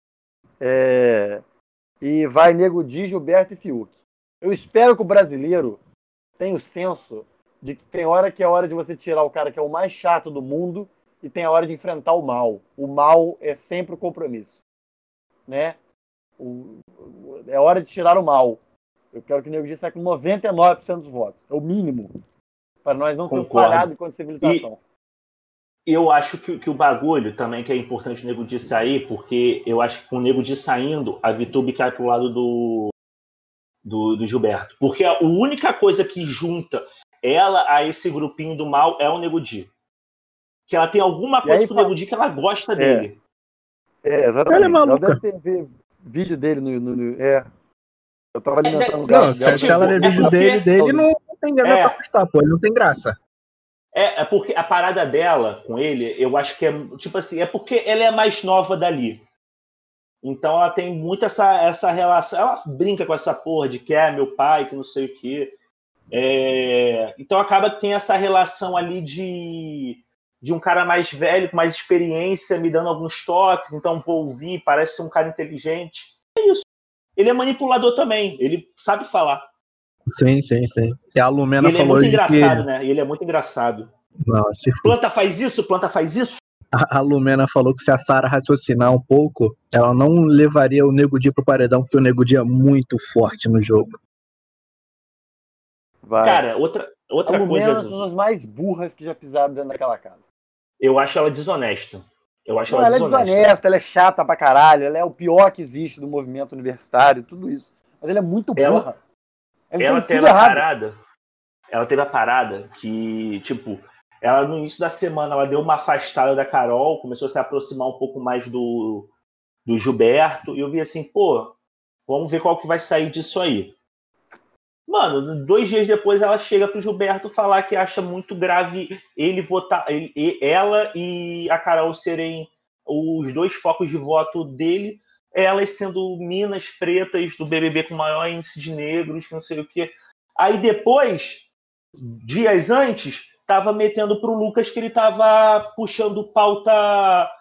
E vai Nego Di, Gilberto e Fiuk. Eu espero que o brasileiro tenha o senso de que tem hora que é hora de você tirar o cara que é o mais chato do mundo e tem a hora de enfrentar o mal. O mal é sempre o compromisso. Né? É hora de tirar o mal. Eu quero que o Nego Di saia com 99% dos votos. É o mínimo. Para nós não termos falhado enquanto civilização. E eu acho que o bagulho também que é importante o Nego Di sair, porque eu acho que com o Nego Di saindo, a Vitube cai pro lado do Gilberto. Porque a única coisa que junta ela a esse grupinho do mal é o Nego Di. Que ela tem alguma coisa com o Nego Di que ela gosta dele. Exatamente. Ela é maluca. Ela deve ter vídeo dele no eu tava alimentando o Não, gato dela. se ela ver vídeo dele não tem nada pra postar, pô. Ele não tem graça. É porque a parada dela com ele, eu acho que é tipo assim, é porque ela é mais nova dali. Então ela tem muito essa relação. Ela brinca com essa porra de que é meu pai, que não sei o quê. Então acaba que tem essa relação ali de um cara mais velho, com mais experiência, me dando alguns toques, então vou ouvir, parece ser um cara inteligente. É isso. Ele é manipulador também, ele sabe falar. Sim. E a Lumena ele falou é muito engraçado, que... né? Ele é muito engraçado. Não, planta faz isso. A Lumena falou que se a Sara raciocinar um pouco, ela não levaria o Nego Di pro paredão, porque o Nego Di é muito forte no jogo. Vai. Cara, outra coisa... É uma das pessoas mais burras que já pisaram dentro daquela casa. Eu acho ela desonesta. Ela é desonesta, ela é chata pra caralho, ela é o pior que existe do movimento universitário, tudo isso. Mas ela é muito burra. Ela teve a parada que, tipo, ela no início da semana ela deu uma afastada da Carol, começou a se aproximar um pouco mais do Gilberto, e eu vi assim, pô, Vamos ver qual que vai sair disso aí. Mano, 2 dias depois ela chega pro Gilberto falar que acha muito grave ele votar, ela e a Carol serem os 2 focos de voto dele, elas sendo minas pretas do BBB com maior índice de negros, não sei o quê. Aí depois, dias antes, tava metendo pro Lucas que ele tava puxando pauta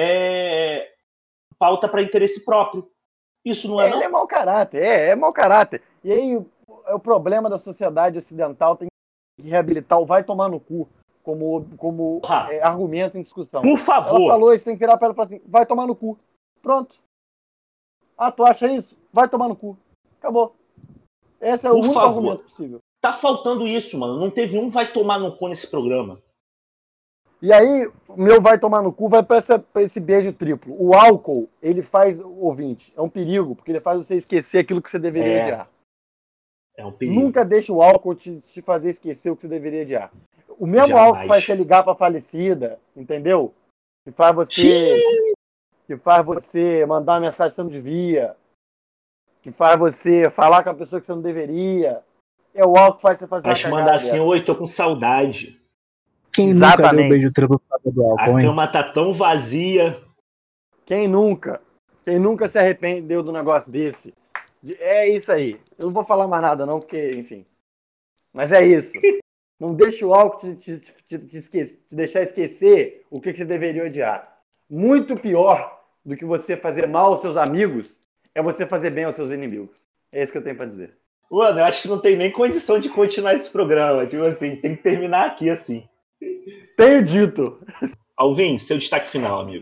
para interesse próprio. Isso não é não? Ele é mau caráter, é mau caráter. E aí, o problema da sociedade ocidental tem que reabilitar o vai tomar no cu como argumento em discussão. Por favor. Ela falou isso, tem que virar pra ela e falar assim, vai tomar no cu. Pronto. Ah, tu acha isso? Vai tomar no cu. Acabou. Esse é o único argumento possível. Tá faltando isso, mano. Não teve um vai tomar no cu nesse programa. E aí, o meu vai tomar no cu vai pra esse beijo triplo. O álcool, ele faz, ouvinte, é um perigo, porque ele faz você esquecer aquilo que você deveria odiar. É um perigo. Nunca deixe o álcool te fazer esquecer o que você deveria odiar. O mesmo álcool faz você ligar pra falecida, entendeu? Que faz você mandar uma mensagem que você não devia. Que faz você falar com a pessoa que você não deveria. É o álcool que faz você fazer uma cagada. Mas mandar assim, oi, tô com saudade. Quem nunca deu beijo triplo do álcool, hein? A cama tá tão vazia. Quem nunca? Quem nunca se arrependeu do negócio desse? É isso aí. Eu não vou falar mais nada não, porque, enfim. Mas é isso. Não deixe o álcool te deixar esquecer o que você deveria odiar. Muito pior do que você fazer mal aos seus amigos é você fazer bem aos seus inimigos. É isso que eu tenho pra dizer. Mano, eu acho que não tem nem condição de continuar esse programa. Tipo assim, tem que terminar aqui assim. Tenho dito. Alvin, seu destaque final, amigo.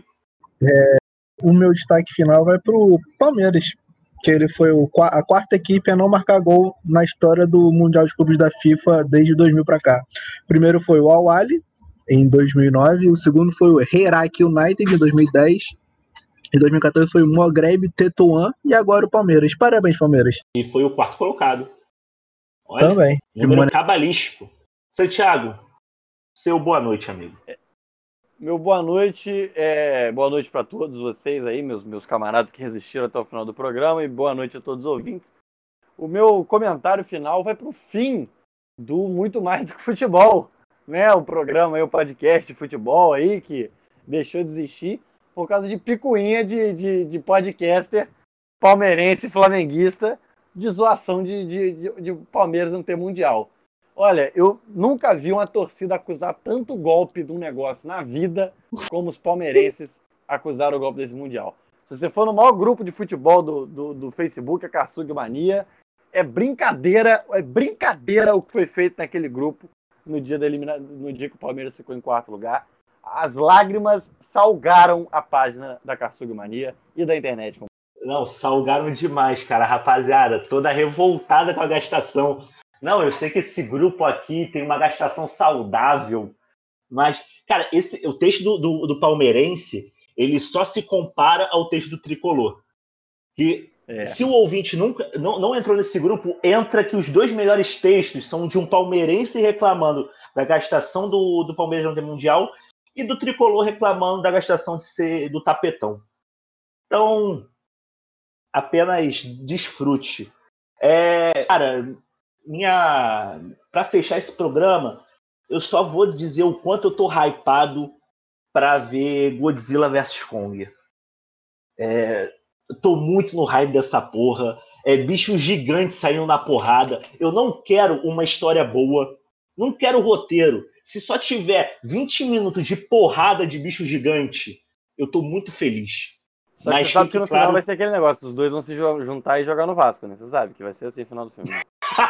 O meu destaque final vai pro Palmeiras, que ele foi a 4ª equipe a não marcar gol na história do Mundial de Clubes da FIFA desde 2000 para cá. O primeiro foi o Al Ahly, em 2009, o segundo foi o Herak United, em 2010, em 2014 foi o Maghreb Tetouan e agora o Palmeiras. Parabéns, Palmeiras. E foi o 4º colocado. Olha, também. Número cabalístico. Santiago, seu boa noite, amigo. Meu boa noite para todos vocês aí, meus camaradas que resistiram até o final do programa, e boa noite a todos os ouvintes. O meu comentário final vai para o fim do Muito Mais do que Futebol, né? O programa aí, o podcast de futebol aí, que deixou de existir por causa de picuinha de podcaster palmeirense e flamenguista de zoação de Palmeiras não ter mundial. Olha, eu nunca vi uma torcida acusar tanto golpe de um negócio na vida como os palmeirenses acusaram o golpe desse Mundial. Se você for no maior grupo de futebol do Facebook, a Karsug Mania, é brincadeira o que foi feito naquele grupo no dia que o Palmeiras ficou em 4º lugar. As lágrimas salgaram a página da Karsug Mania e da internet. Não, salgaram demais, cara. Rapaziada, toda revoltada com a gastação. Não, eu sei que esse grupo aqui tem uma gastação saudável, mas, cara, o texto do palmeirense, ele só se compara ao texto do tricolor. Que se o ouvinte não entrou nesse grupo, entra que os 2 melhores textos são de um palmeirense reclamando da gastação do Palmeiras no Mundial e do tricolor reclamando da gastação do tapetão. Então, apenas desfrute. Cara... Pra fechar esse programa, eu só vou dizer o quanto eu tô hypado pra ver Godzilla vs Kong. Eu tô muito no hype dessa porra. Bicho gigante saindo na porrada. Eu não quero uma história boa. Não quero roteiro. Se só tiver 20 minutos de porrada de bicho gigante, eu tô muito feliz. Só que você sabe que no final vai ser aquele negócio. Os dois vão se juntar e jogar no Vasco, né? Você sabe que vai ser assim no final do filme.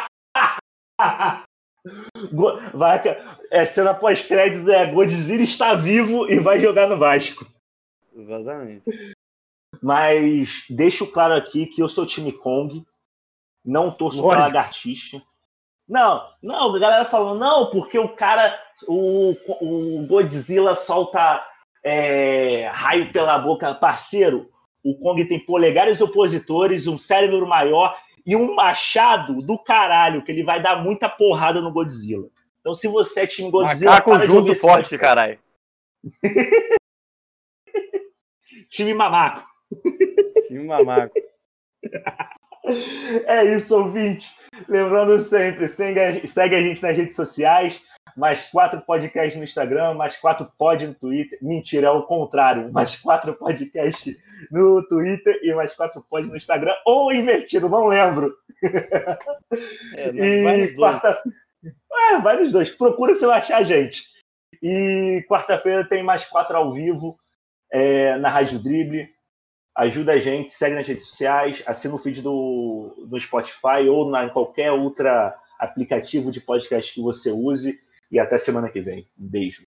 Cena pós-créditos Godzilla está vivo e vai jogar no Vasco. Exatamente. Mas deixo claro aqui que eu sou time Kong, não torço pra lagartixa. Não, a galera falando, não, porque o Godzilla solta raio pela boca. Parceiro, o Kong tem polegares opositores, um cérebro maior e um machado do caralho, que ele vai dar muita porrada no Godzilla. Então, se você é time Godzilla... Macaco junto forte, caralho. Time mamaco. Time mamaco. É isso, ouvinte. Lembrando sempre, segue a gente nas redes sociais, mais 4 podcasts no Instagram, mais 4 pod no Twitter. Mentira, é o contrário. Mais 4 podcasts no Twitter e mais 4 pod no Instagram. Ou invertido, não lembro. E vai nos dois. Procura se você vai achar a gente. E quarta-feira tem mais 4 ao vivo na Rádio Drible. Ajuda a gente, segue nas redes sociais, assina o feed no Spotify ou em qualquer outro aplicativo de podcast que você use. E até semana que vem. Um beijo.